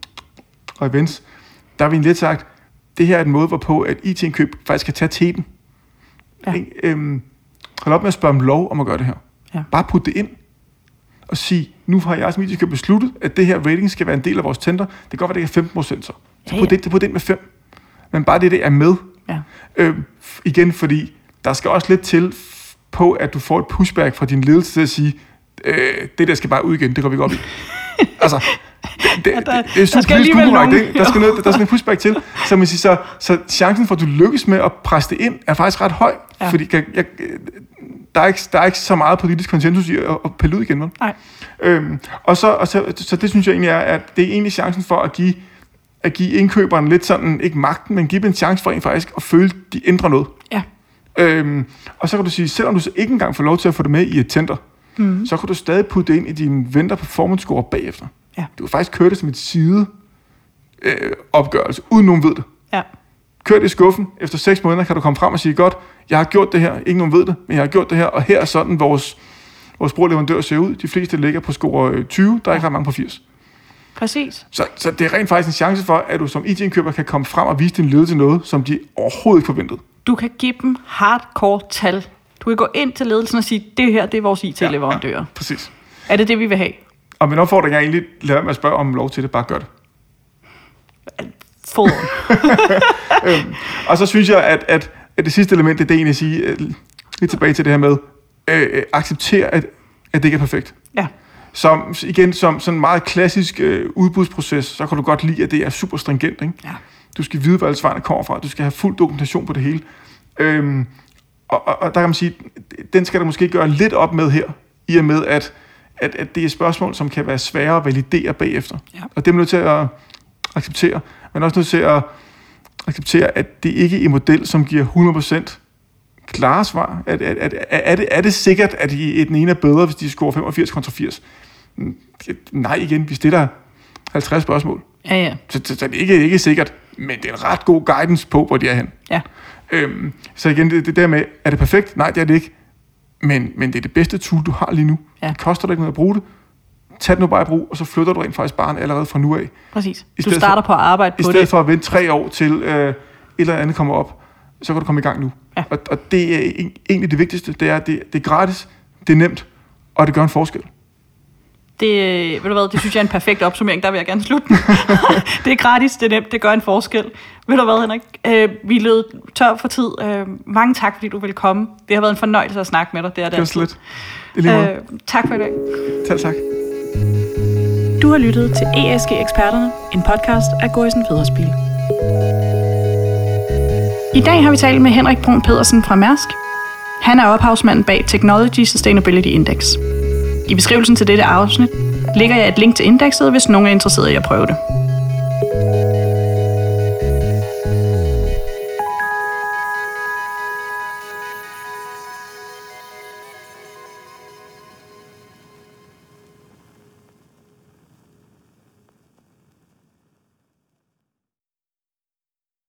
og events, der har vi lidt sagt, det her er en måde, hvorpå at I T-indkøb faktisk kan tage teten. Ja. Øhm, hold op med at spørge om lov om at gøre det her. Ja. Bare putte det ind og sige, nu har jeg som I T-indkøb besluttet, at det her rating skal være en del af vores tender. Det kan godt være, det er femten procent så. Så ja, ja. put det, det ind med fem. Men bare det, det er med. Ja. Øhm, igen, fordi der skal også lidt til på, at du får et pushback fra din ledelse til at sige, øh, det der skal bare ud igen, det går vi godt i. Altså, det, det, ja, der, det er super politisk ukorrekt, ikke? Der skal noget, der skal en pushback til. Så, man siger, så, så chancen for, at du lykkes med at presse det ind, er faktisk ret høj. Ja. Fordi jeg, jeg, der, er ikke, der er ikke så meget politisk konsensus i at, at pille ud igen. Vel? Nej. Øhm, og så, og så, så det synes jeg egentlig er, at det er egentlig chancen for at give, at give indkøberen lidt sådan, ikke magten, men give dem en chance for en faktisk at føle, at de ændrer noget. Ja. Øhm, og så kan du sige, selvom du så ikke engang får lov til at få det med i et tender, mm. så kan du stadig putte det ind i din vendor performance score bagefter. Ja. Du kan faktisk køre det som et side øh, opgørelse, uden nogen ved det. Ja. Kør det i skuffen. Efter seks måneder kan du komme frem og sige, godt, jeg har gjort det her. Ingen nogen ved det, men jeg har gjort det her. Og her er sådan, vores, vores brugerleverandør ser ud. De fleste ligger på score tyve. Der er ikke ret mange på firs. Præcis. Så, så det er rent faktisk en chance for, at du som I T-indkøber kan komme frem og vise din ledelse noget, som de overhovedet ikke forventede. Du kan give dem hardcore tal. Du kan gå ind til ledelsen og sige, det her, det er vores I T-leverandører. Ja, ja, præcis. Er det det, vi vil have? Og min opfordring er egentlig, lad være med at spørge om lov til det, bare gør det. Fod. øhm, og så synes jeg, at, at, at det sidste element, det er det egentlig at sige, øh, lidt tilbage til det her med, øh, acceptere, at, at det ikke er perfekt. Ja. Som, igen, som sådan en meget klassisk øh, udbudsproces, så kan du godt lide, at det er super stringent. Ikke? Ja. Du skal vide, hvor alle svarene kommer fra. Du skal have fuld dokumentation på det hele. Øhm, og, og, og der kan man sige, den skal der måske gøre lidt op med her, i og med, at At, at det er spørgsmål, som kan være svære at validere bagefter. Ja. Og det er man nødt til at acceptere. Men også nødt til at acceptere, at det ikke er en model, som giver hundrede procent klare svar. At, at, at, at, er, det, er det sikkert, at den ene er bedre, hvis de scorer femogfirs kontra firs? Nej, igen, vi stiller halvtreds spørgsmål. Ja, ja. Så, så, så det er ikke, ikke sikkert, men det er en ret god guidance på, hvor de er hen. Ja. Øhm, så igen, det, det der med, er det perfekt? Nej, det er det ikke. Men, men det er det bedste tool, du har lige nu. Ja. Det koster dig ikke noget at bruge det. Tag det nu bare i brug, og så flytter du rent faktisk barn allerede fra nu af. Præcis. Du starter for, på at arbejde på det. I stedet det. for at vente tre år til øh, et eller andet kommer op, så kan du komme i gang nu. Ja. Og, og det er egentlig det vigtigste. Det er, det, det er gratis, det er nemt, og det gør en forskel. Det, ved du hvad, det synes jeg er en perfekt opsummering. Der vil jeg gerne slutte. Det er gratis, det er nemt, det gør en forskel. Ved du hvad, Henrik? Øh, vi lød tør for tid. Øh, mange tak, fordi du ville komme. Det har været en fornøjelse at snakke med dig. Det er det, det slet. Det er øh, tak for i dag. Selv tak. Du har lyttet til E S G-eksperterne, en podcast af Gorrissen Federspiel. I dag har vi talt med Henrik Bruun Pedersen fra Mærsk. Han er ophavsmanden bag Technology Sustainability Index. I beskrivelsen til dette afsnit ligger jeg et link til indekset, hvis nogen er interesseret i at prøve det.